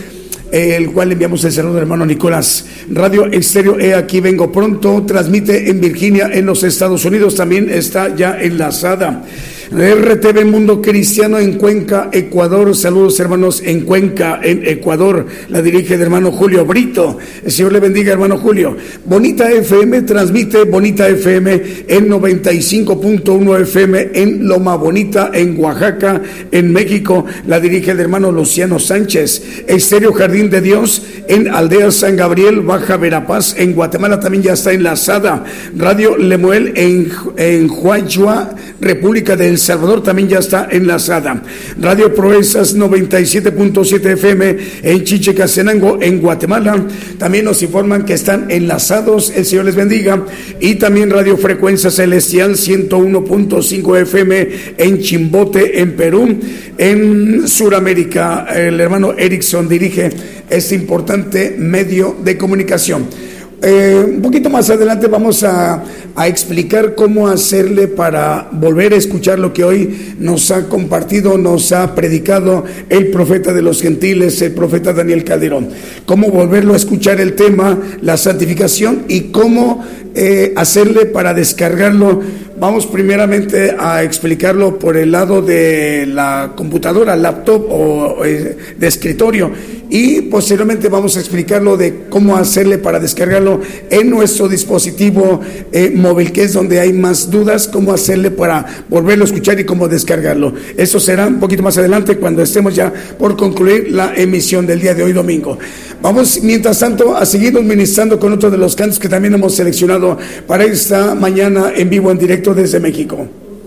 el cual le enviamos el saludo al hermano Nicolás. Radio Estéreo He Aquí Vengo Pronto transmite en Virginia, en los Estados Unidos, también está ya enlazada. R T V Mundo Cristiano en Cuenca, Ecuador. Saludos, hermanos, en Cuenca, en Ecuador. La dirige el hermano Julio Brito. El Señor le bendiga, hermano Julio. Bonita F M transmite Bonita F M en noventa y cinco punto uno F M en Loma Bonita, en Oaxaca, en México. La dirige el hermano Luciano Sánchez. Estéreo Jardín de Dios en Aldea San Gabriel, Baja Verapaz, en Guatemala, también ya está enlazada. Radio Lemuel en, en Huaychua, República del El Salvador, también ya está enlazada. Radio Proezas noventa y siete punto siete F M en Chichicastenango, en Guatemala, también nos informan que están enlazados. El Señor les bendiga. Y también Radio Frecuencia Celestial ciento uno punto cinco F M en Chimbote, en Perú. En Sudamérica, el hermano Erickson dirige este importante medio de comunicación. Eh, un poquito más adelante vamos a, a explicar cómo hacerle para volver a escuchar lo que hoy nos ha compartido, nos ha predicado el profeta de los gentiles, el profeta Daniel Calderón. Cómo volverlo a escuchar, el tema, la santificación, y cómo eh, hacerle para descargarlo. Vamos primeramente a explicarlo por el lado de la computadora, laptop o eh, de escritorio, y posteriormente vamos a explicarlo de cómo hacerle para descargarlo en nuestro dispositivo eh, móvil, que es donde hay más dudas, cómo hacerle para volverlo a escuchar y cómo descargarlo. Eso será un poquito más adelante, cuando estemos ya por concluir la emisión del día de hoy domingo. Vamos, mientras tanto, a seguirnos ministrando con otro de los cantos que también hemos seleccionado para esta mañana en vivo, en directo desde México.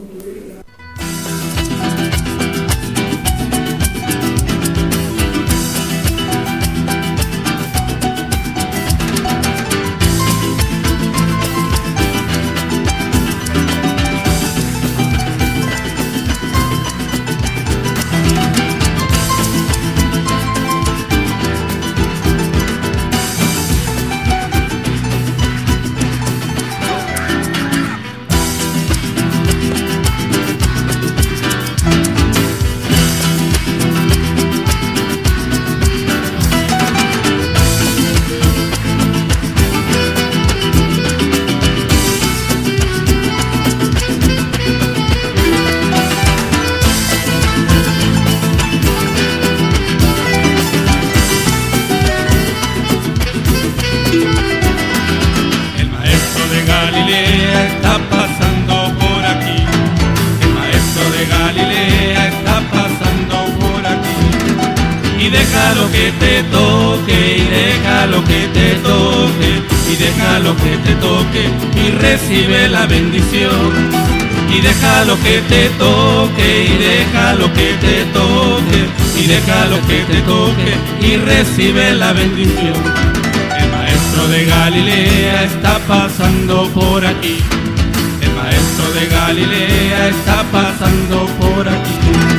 Recibe la bendición y deja lo que te toque, y deja lo que te toque, y deja lo que te toque, y recibe la bendición. El maestro de Galilea está pasando por aquí, el maestro de Galilea está pasando por aquí.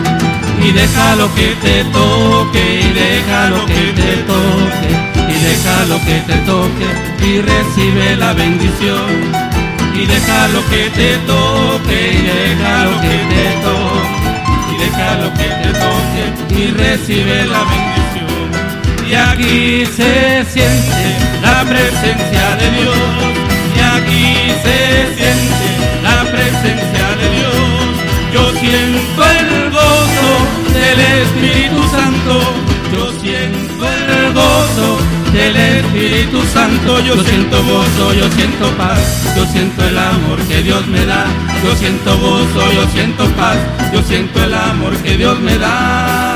Y deja lo que te toque, y deja lo que te toque, y deja lo que te toque, y recibe la bendición. Y deja lo que te toque, y deja lo que te toque, y deja lo que te toque, y recibe la bendición. Y aquí se siente la presencia de Dios, y aquí se siente la presencia de Dios. Yo siento el gozo del Espíritu Santo, yo siento el gozo del Espíritu Santo. Yo siento gozo, yo siento paz, yo siento el amor que Dios me da. Yo siento gozo, yo siento paz, yo siento el amor que Dios me da.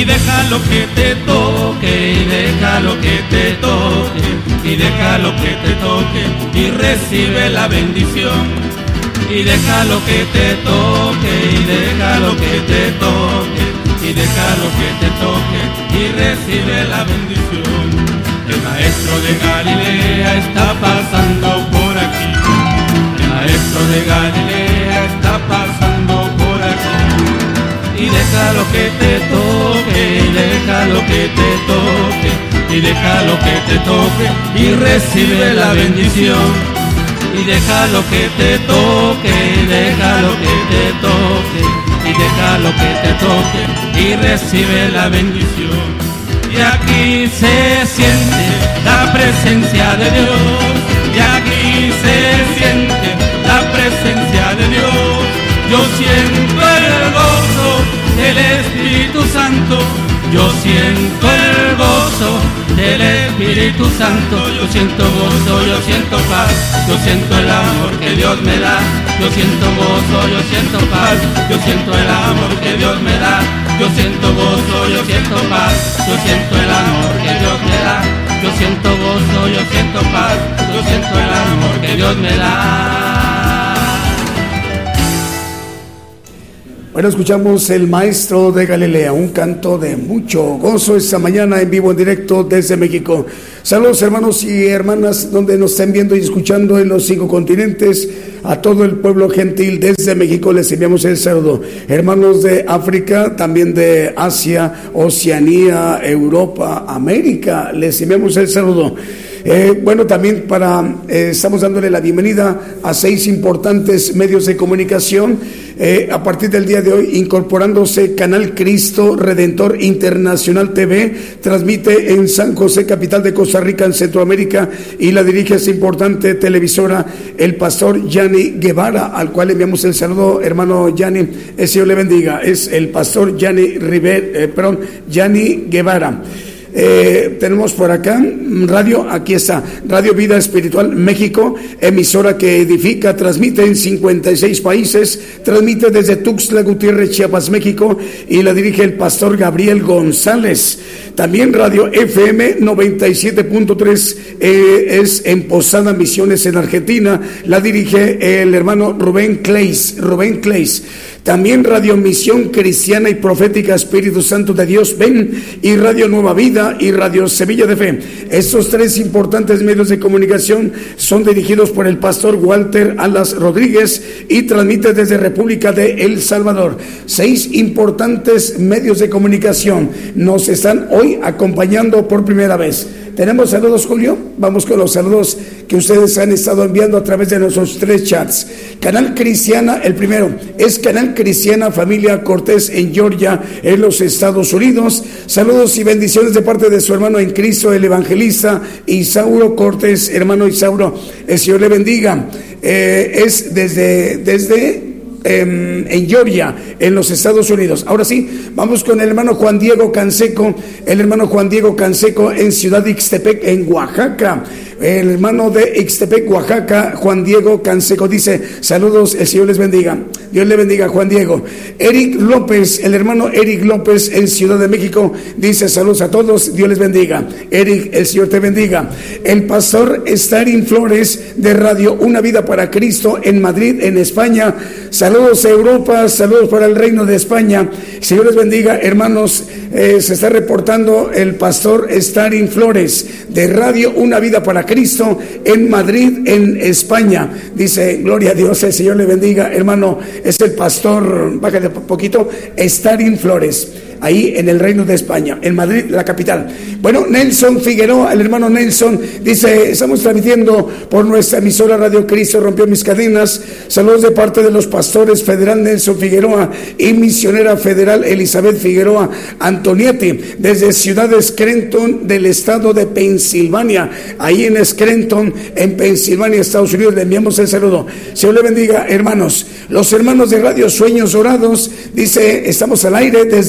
y deja lo que te toque, y deja lo que te toque, y deja lo que te toque, y recibe la bendición. Y deja lo que te toque, y deja lo que te toque, y deja lo que te toque, y recibe la bendición. El maestro de Galilea está pasando por aquí, el maestro de Galilea está pasando por aquí. Y deja lo que te toque, y deja lo que te toque, y deja lo que te toque, y recibe la bendición. Y deja lo que te toque, y deja lo que te toque, y deja lo que te toque, y recibe la bendición. Y aquí se siente la presencia de Dios, y aquí se siente la presencia de Dios. Yo siento el gozo del Espíritu Santo, yo siento el gozo del Espíritu Santo, yo siento gozo, yo siento paz, yo siento el amor que Dios me da, yo siento gozo, yo siento paz, yo siento el amor que Dios me da, yo siento gozo, yo siento paz, yo siento el amor que Dios me da, yo siento gozo, yo siento paz, yo siento el amor que Dios me da. Bueno, escuchamos El Maestro de Galilea, un canto de mucho gozo esta mañana en vivo, en directo desde México. Saludos hermanos y hermanas donde nos estén viendo y escuchando en los cinco continentes. A todo el pueblo gentil desde México les enviamos el saludo. Hermanos de África, también de Asia, Oceanía, Europa, América, les enviamos el saludo. Eh, bueno, también para eh, estamos dándole la bienvenida a seis importantes medios de comunicación eh, a partir del día de hoy, incorporándose Canal Cristo Redentor Internacional T V, transmite en San José, capital de Costa Rica, en Centroamérica, y la dirige esta importante televisora el pastor Yanni Guevara, al cual enviamos el saludo. Hermano Yanni, el Señor le bendiga. Es el pastor Yanni River, eh, perdón, Yanni Guevara. Eh, tenemos por acá radio, aquí está, Radio Vida Espiritual México, emisora que edifica, transmite en cincuenta y seis países, transmite desde Tuxtla Gutiérrez, Chiapas, México, y la dirige el pastor Gabriel González. También Radio F M noventa y siete punto tres eh, es en Posada, Misiones, en Argentina, la dirige el hermano Rubén Clays, Rubén Clays. También Radio Misión Cristiana y Profética Espíritu Santo de Dios Ven, y Radio Nueva Vida y Radio Sevilla de Fe. Estos tres importantes medios de comunicación son dirigidos por el pastor Walter Alas Rodríguez y transmite desde República de El Salvador. Seis importantes medios de comunicación nos están hoy acompañando por primera vez. ¿Tenemos saludos, Julio? Vamos con los saludos que ustedes han estado enviando a través de nuestros tres chats. Canal Cristiana, el primero, es Canal Cristiana Familia Cortés en Georgia, en los Estados Unidos. Saludos y bendiciones de parte de su hermano en Cristo, el evangelista Isauro Cortés. Hermano Isauro, el Señor le bendiga. Eh, es desde... desde En, en Georgia, en los Estados Unidos. Ahora sí, vamos con el hermano Juan Diego Canseco, el hermano Juan Diego Canseco en Ciudad de Ixtepec, en Oaxaca. El hermano de Ixtepec, Oaxaca, Juan Diego Canseco, dice: saludos, el Señor les bendiga. Dios le bendiga, Juan Diego. Eric López, el hermano Eric López en Ciudad de México, dice: saludos a todos, Dios les bendiga. Eric, el Señor te bendiga. El pastor Starin Flores de Radio Una Vida para Cristo en Madrid, en España. Saludos a Europa, saludos para el Reino de España. Señor les bendiga, hermanos. Eh, se está reportando el pastor Starin Flores de Radio Una Vida para Cristo en Madrid, en España. Dice: gloria a Dios, el Señor le bendiga, hermano. Es el pastor, bájale un poquito, Starin Flores, ahí en el Reino de España, en Madrid, la capital. Bueno, Nelson Figueroa, el hermano Nelson, dice: estamos transmitiendo por nuestra emisora Radio Cristo Rompió Mis Cadenas. Saludos de parte de los pastores federal Nelson Figueroa y misionera federal Elizabeth Figueroa Antonietti, desde Ciudad de Scranton, del estado de Pensilvania. Ahí en Scranton, en Pensilvania, Estados Unidos, le enviamos el saludo. Señor le bendiga, hermanos. Los hermanos de Radio Sueños Dorados, dice: estamos al aire desde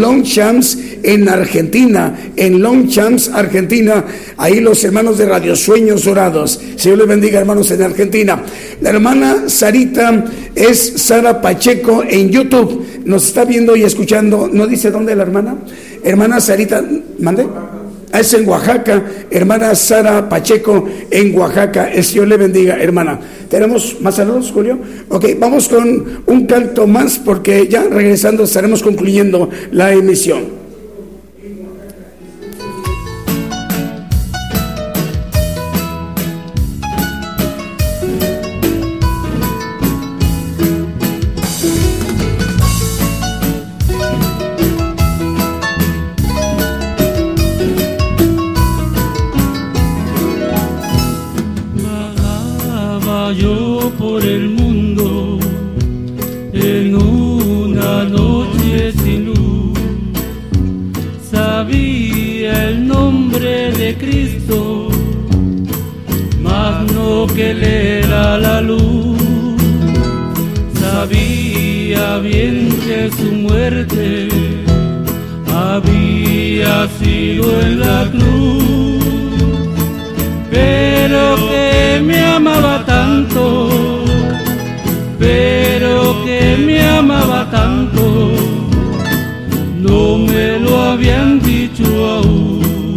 Longchamps, en Argentina, en Longchamps, Argentina, ahí los hermanos de Radio Sueños Dorados. Señor les bendiga, hermanos, en Argentina. La hermana Sarita es Sara Pacheco en YouTube, nos está viendo y escuchando. ¿No dice dónde la hermana? Hermana Sarita, ¿mande? Es en Oaxaca, hermana Sara Pacheco en Oaxaca. El Señor le bendiga, hermana. ¿Tenemos más saludos, Julio? Ok, vamos con un canto más porque ya regresando estaremos concluyendo la emisión. Yo por el mundo en una noche sin luz, sabía el nombre de Cristo, mas no que Él era la luz. Sabía bien que su muerte había sido en la cruz, pero que me amaba tanto, pero que me amaba tanto, no me lo habían dicho aún.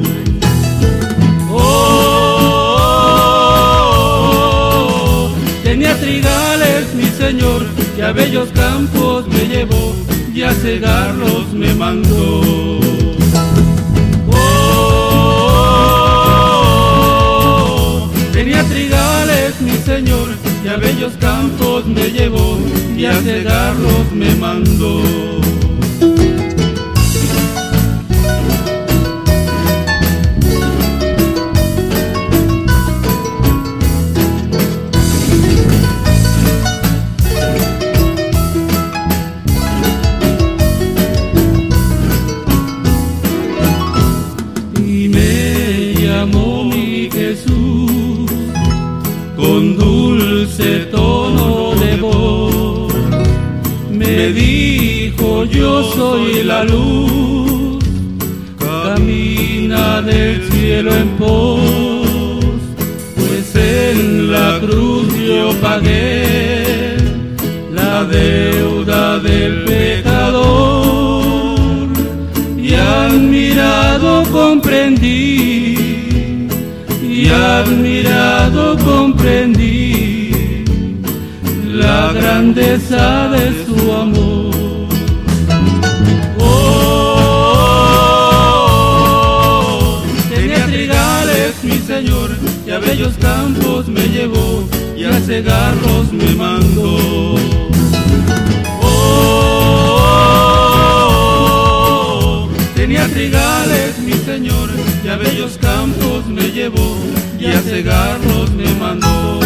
Oh, tenía trigales mi Señor, y a bellos campos me llevó, y a cegarlos me mandó. Tenía trigales mi Señor, y a bellos campos me llevó, y a cegarlos me mandó. Y me llamó mi Jesús con dulce tono de voz, me dijo: yo soy la luz, camina del cielo en pos, pues en la cruz yo pagué la deuda del pecador, y admirado comprendí, y admirado comprendí la grandeza de su amor. Oh, tenía trigales mi Señor, y a bellos campos me llevó, y a cegarlos me mandó. Oh, tenía trigales mi Señor, y a bellos campos me llevó, y a cegarlos me mandó.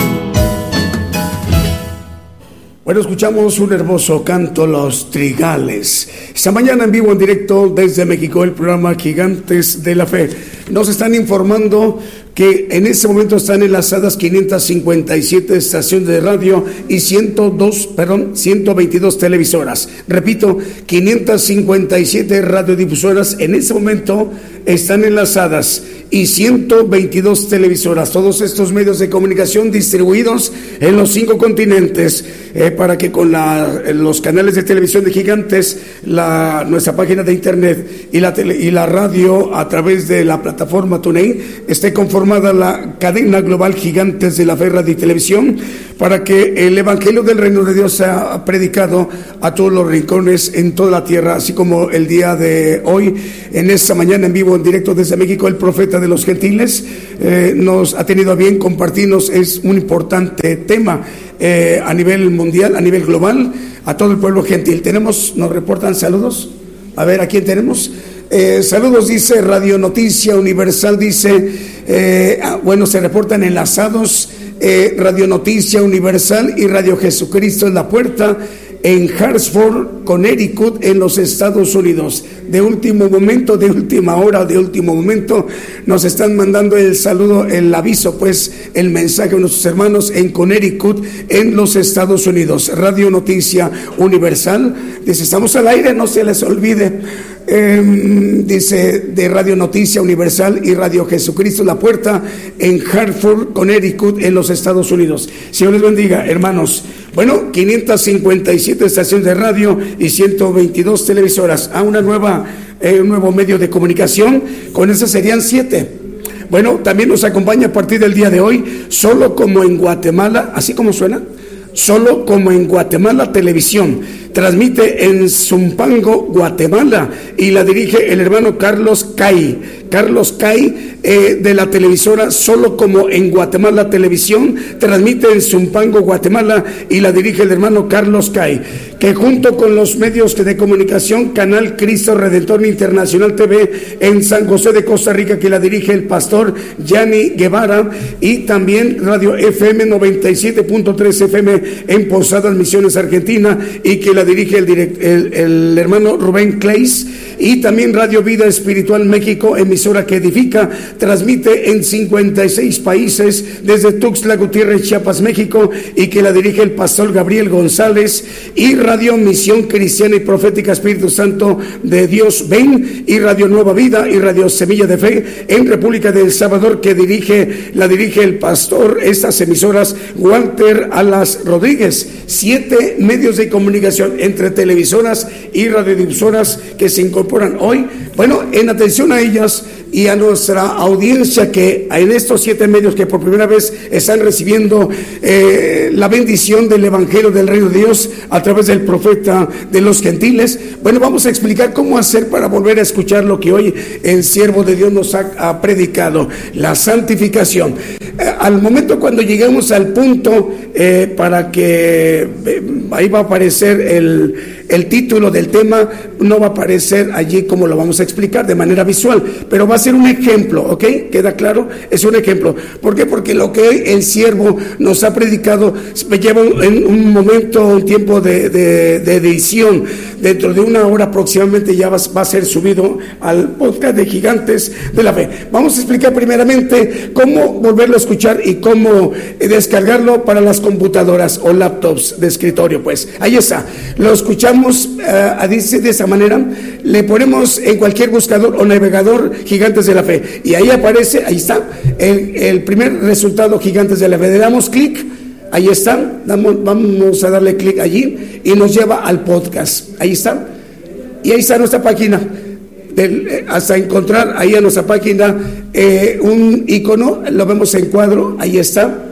Bueno, escuchamos un hermoso canto, Los Trigales. Esta mañana en vivo, en directo desde México, el programa Gigantes de la Fe. Nos están informando que en este momento están enlazadas quinientas cincuenta y siete estaciones de radio y ciento dos, perdón, ciento veintidós televisoras. Repito, quinientas cincuenta y siete radiodifusoras en este momento están enlazadas y ciento veintidós televisoras. Todos estos medios de comunicación distribuidos en los cinco continentes, eh, para que con la, los canales de televisión de Gigantes, la, nuestra página de internet y la, tele, y la radio a través de la plataforma TuneIn esté conformada la cadena global Gigantes de la Fe Radio y Televisión, para que el evangelio del reino de Dios sea predicado a todos los rincones en toda la tierra, así como el día de hoy, en esta mañana en vivo, en directo desde México, el profeta de los gentiles eh, nos ha tenido a bien compartirnos. Es un importante tema eh, a nivel mundial, a nivel global, a todo el pueblo gentil. Tenemos, nos reportan saludos. A ver, ¿a quién tenemos? Eh, saludos, dice Radio Noticia Universal, dice, eh, ah, bueno, se reportan enlazados eh, Radio Noticia Universal y Radio Jesucristo es la Puerta en Hartford, Connecticut, en los Estados Unidos. De último momento, de última hora, de último momento, nos están mandando el saludo, el aviso, pues, el mensaje de nuestros hermanos en Connecticut, en los Estados Unidos. Radio Noticia Universal, dice, estamos al aire, no se les olvide. Eh, dice, de Radio Noticia Universal y Radio Jesucristo La Puerta en Hartford, Connecticut, en los Estados Unidos. Señor les bendiga, hermanos. Bueno, quinientas cincuenta y siete estaciones de radio y ciento veintidós televisoras. A una nueva, eh, un nuevo medio de comunicación, con esas serían siete. Bueno, también nos acompaña a partir del día de hoy, Solo Como en Guatemala, así como suena, Solo Como en Guatemala Televisión. Transmite en Zumpango, Guatemala, y la dirige el hermano Carlos Cay. Carlos Cay, eh, de la televisora Solo Como en Guatemala Televisión, transmite en Zumpango, Guatemala, y la dirige el hermano Carlos Cay, que junto con los medios de comunicación, Canal Cristo Redentor Internacional T V en San José de Costa Rica, que la dirige el pastor Yanni Guevara, y también Radio F M noventa y siete punto tres F M en Posadas Misiones, Argentina, y que la dirige el, direct, el, el hermano Rubén Clays, y también Radio Vida Espiritual México, emisora que edifica, transmite en cincuenta y seis países desde Tuxtla Gutiérrez, Chiapas, México, y que la dirige el pastor Gabriel González, y Radio Misión Cristiana y Profética Espíritu Santo de Dios Ven, y Radio Nueva Vida y Radio Semilla de Fe en República de El Salvador, que dirige, la dirige el pastor, estas emisoras, Walter Alas Rodríguez. Siete medios de comunicación entre televisoras y radiodifusoras que se incorporan hoy. Bueno, en atención a ellas y a nuestra audiencia, que en estos siete medios que por primera vez están recibiendo eh, la bendición del Evangelio del Reino de Dios a través del profeta de los gentiles. Bueno, vamos a explicar cómo hacer para volver a escuchar lo que hoy el siervo de Dios nos ha, ha predicado, la santificación. Eh, al momento cuando llegamos al punto, eh, para que eh, ahí va a aparecer el, el título del tema, no va a aparecer allí como lo vamos a explicar de manera visual, pero va a ser un ejemplo, ¿ok? ¿Queda claro? Es un ejemplo. ¿Por qué? Porque lo que el siervo nos ha predicado lleva en un momento, un tiempo de, de, de edición. Dentro de una hora aproximadamente ya va, va a ser subido al podcast de Gigantes de la Fe. Vamos a explicar primeramente cómo volverlo a escuchar y cómo descargarlo para las computadoras o laptops de escritorio. Pues ahí está, lo escuchamos uh, dice de esa manera, le ponemos en cualquier buscador o navegador Gigantes de la Fe, y ahí aparece, ahí está el, el primer resultado, Gigantes de la Fe. Le damos clic, ahí está, damos, vamos a darle clic allí y nos lleva al podcast. Ahí está, y ahí está nuestra página. Del, hasta encontrar ahí en nuestra página eh, un icono, lo vemos en cuadro, ahí está,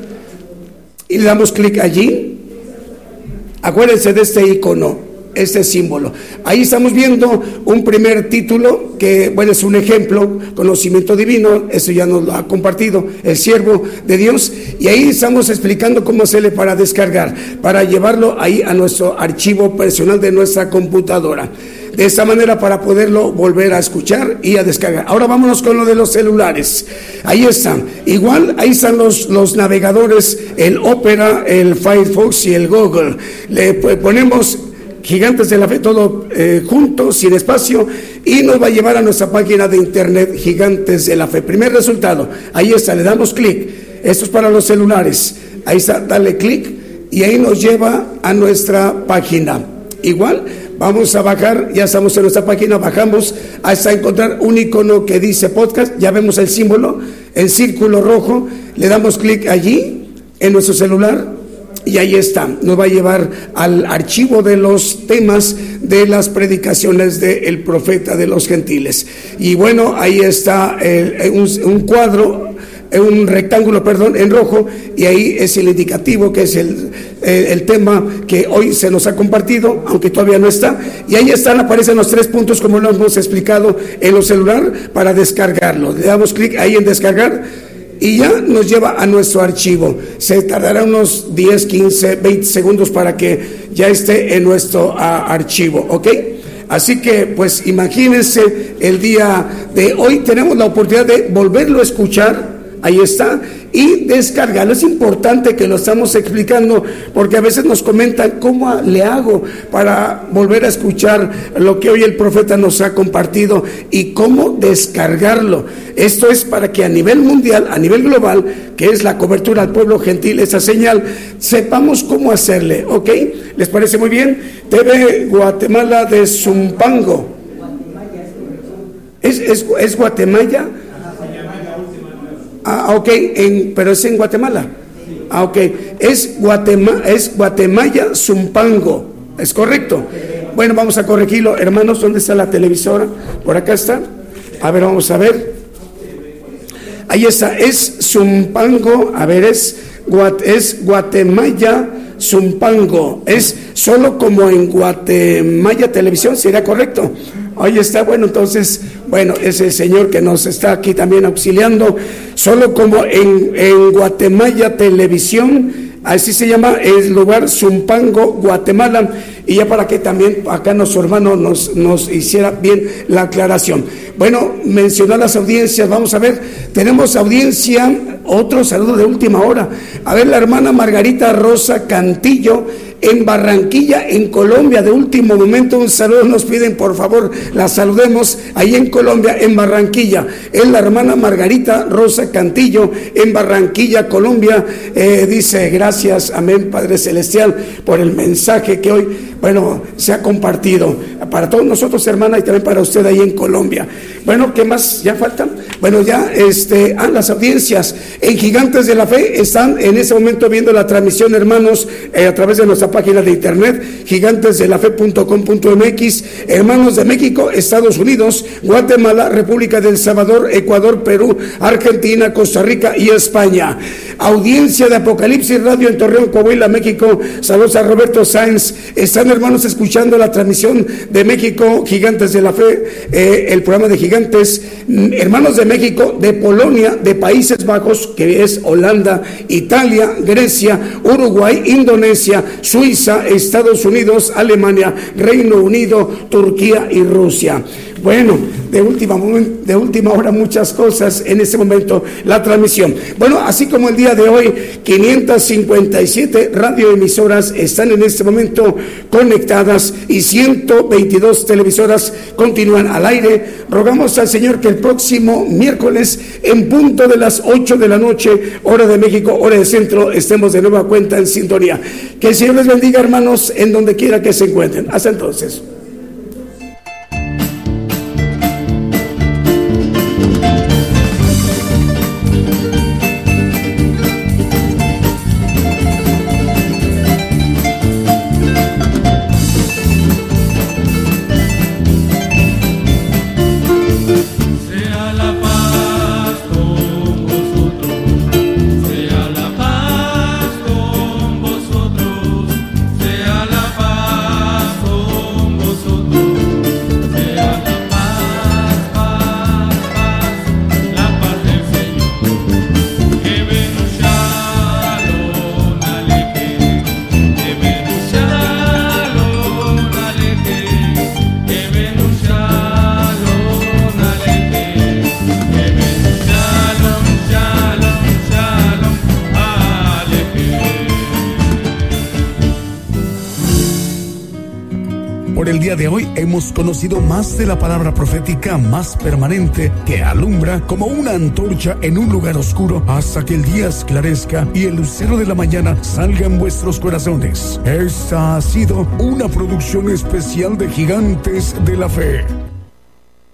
y le damos clic allí. Acuérdense de este icono, este símbolo. Ahí estamos viendo un primer título que, bueno, es un ejemplo, conocimiento divino. Eso ya nos lo ha compartido el siervo de Dios, y ahí estamos explicando cómo hacerle para descargar, para llevarlo ahí a nuestro archivo personal de nuestra computadora. De esta manera, para poderlo volver a escuchar y a descargar. Ahora vámonos con lo de los celulares. Ahí están. Igual, ahí están los, los navegadores, el Opera, el Firefox y el Google. Le ponemos Gigantes de la Fe, todo eh, junto, sin espacio, y nos va a llevar a nuestra página de internet, Gigantes de la Fe. Primer resultado, ahí está, le damos clic. Esto es para los celulares. Ahí está, dale clic y ahí nos lleva a nuestra página. Igual, vamos a bajar, ya estamos en nuestra página, bajamos hasta encontrar un icono que dice podcast, ya vemos el símbolo, el círculo rojo, le damos clic allí en nuestro celular y ahí está, nos va a llevar al archivo de los temas de las predicaciones del profeta de los gentiles. Y bueno, ahí está el, un, un cuadro, un rectángulo, perdón, en rojo, y ahí es el indicativo, que es el, el, el tema que hoy se nos ha compartido, aunque todavía no está, y ahí están, aparecen los tres puntos como lo hemos explicado en los celular para descargarlo. Le damos clic ahí en descargar y ya nos lleva a nuestro archivo. Se tardará unos diez, quince, veinte segundos para que ya esté en nuestro uh, archivo, ¿ok? Así que, pues, imagínense, el día de hoy tenemos la oportunidad de volverlo a escuchar. Ahí está, y descargarlo. Es importante que lo estamos explicando porque a veces nos comentan cómo le hago para volver a escuchar lo que hoy el profeta nos ha compartido y cómo descargarlo. Esto es para que a nivel mundial, a nivel global, que es la cobertura al pueblo gentil, esa señal, sepamos cómo hacerle, ¿ok? ¿Les parece muy bien? T V Guatemala de Zumpango. ¿Es, es, es Guatemala? Ah, ok, en, pero es en Guatemala. Ah, ok, es, Guatema, es Guatemala Zumpango, ¿es correcto? Bueno, vamos a corregirlo. Hermanos, ¿dónde está la televisora? Por acá está. A ver, vamos a ver. Ahí está, es Zumpango, a ver, es, es Guatemala Zumpango, es solo como en Guatemala Televisión, ¿sería correcto? Ahí está, bueno, entonces, bueno, ese señor que nos está aquí también auxiliando, solo como en, en Guatemala Televisión, así se llama el lugar, Zumpango, Guatemala, y ya para que también acá nuestro hermano nos, nos hiciera bien la aclaración. Bueno, mencionar las audiencias, vamos a ver, tenemos audiencia, otro saludo de última hora. A ver, la hermana Margarita Rosa Cantillo, en Barranquilla, en Colombia, de último momento, un saludo, nos piden por favor, la saludemos, ahí en Colombia, en Barranquilla, es la hermana Margarita Rosa Cantillo, en Barranquilla, Colombia, eh, dice, gracias, amén, Padre Celestial, por el mensaje que hoy, bueno, se ha compartido, para todos nosotros, hermana, y también para usted ahí en Colombia. Bueno, ¿qué más? ¿Ya faltan? Bueno, ya, este, ah, las audiencias, en Gigantes de la Fe, están en ese momento viendo la transmisión, hermanos, eh, a través de nuestra página de internet, gigantes de la fe punto com punto m x, hermanos de México, Estados Unidos, Guatemala, República del Salvador, Ecuador, Perú, Argentina, Costa Rica y España. Audiencia de Apocalipsis Radio en Torreón, Coahuila, México. Saludos a Roberto Sáenz. Están, hermanos, escuchando la transmisión de México, Gigantes de la Fe, eh, el programa de Gigantes. Hermanos de México, de Polonia, de Países Bajos, que es Holanda, Italia, Grecia, Uruguay, Indonesia, Suiza, Estados Unidos, Alemania, Reino Unido, Turquía y Rusia. Bueno, de última, de última hora muchas cosas en este momento, la transmisión. Bueno, así como el día de hoy, quinientas cincuenta y siete radioemisoras están en este momento conectadas y ciento veintidós televisoras continúan al aire. Rogamos al Señor que el próximo miércoles, en punto de las ocho de la noche, hora de México, hora de centro, estemos de nueva cuenta en sintonía. Que el Señor les bendiga, hermanos, en donde quiera que se encuentren. Hasta entonces. De hoy hemos conocido más de la palabra profética más permanente que alumbra como una antorcha en un lugar oscuro hasta que el día esclarezca y el lucero de la mañana salga en vuestros corazones. Esta ha sido una producción especial de Gigantes de la Fe.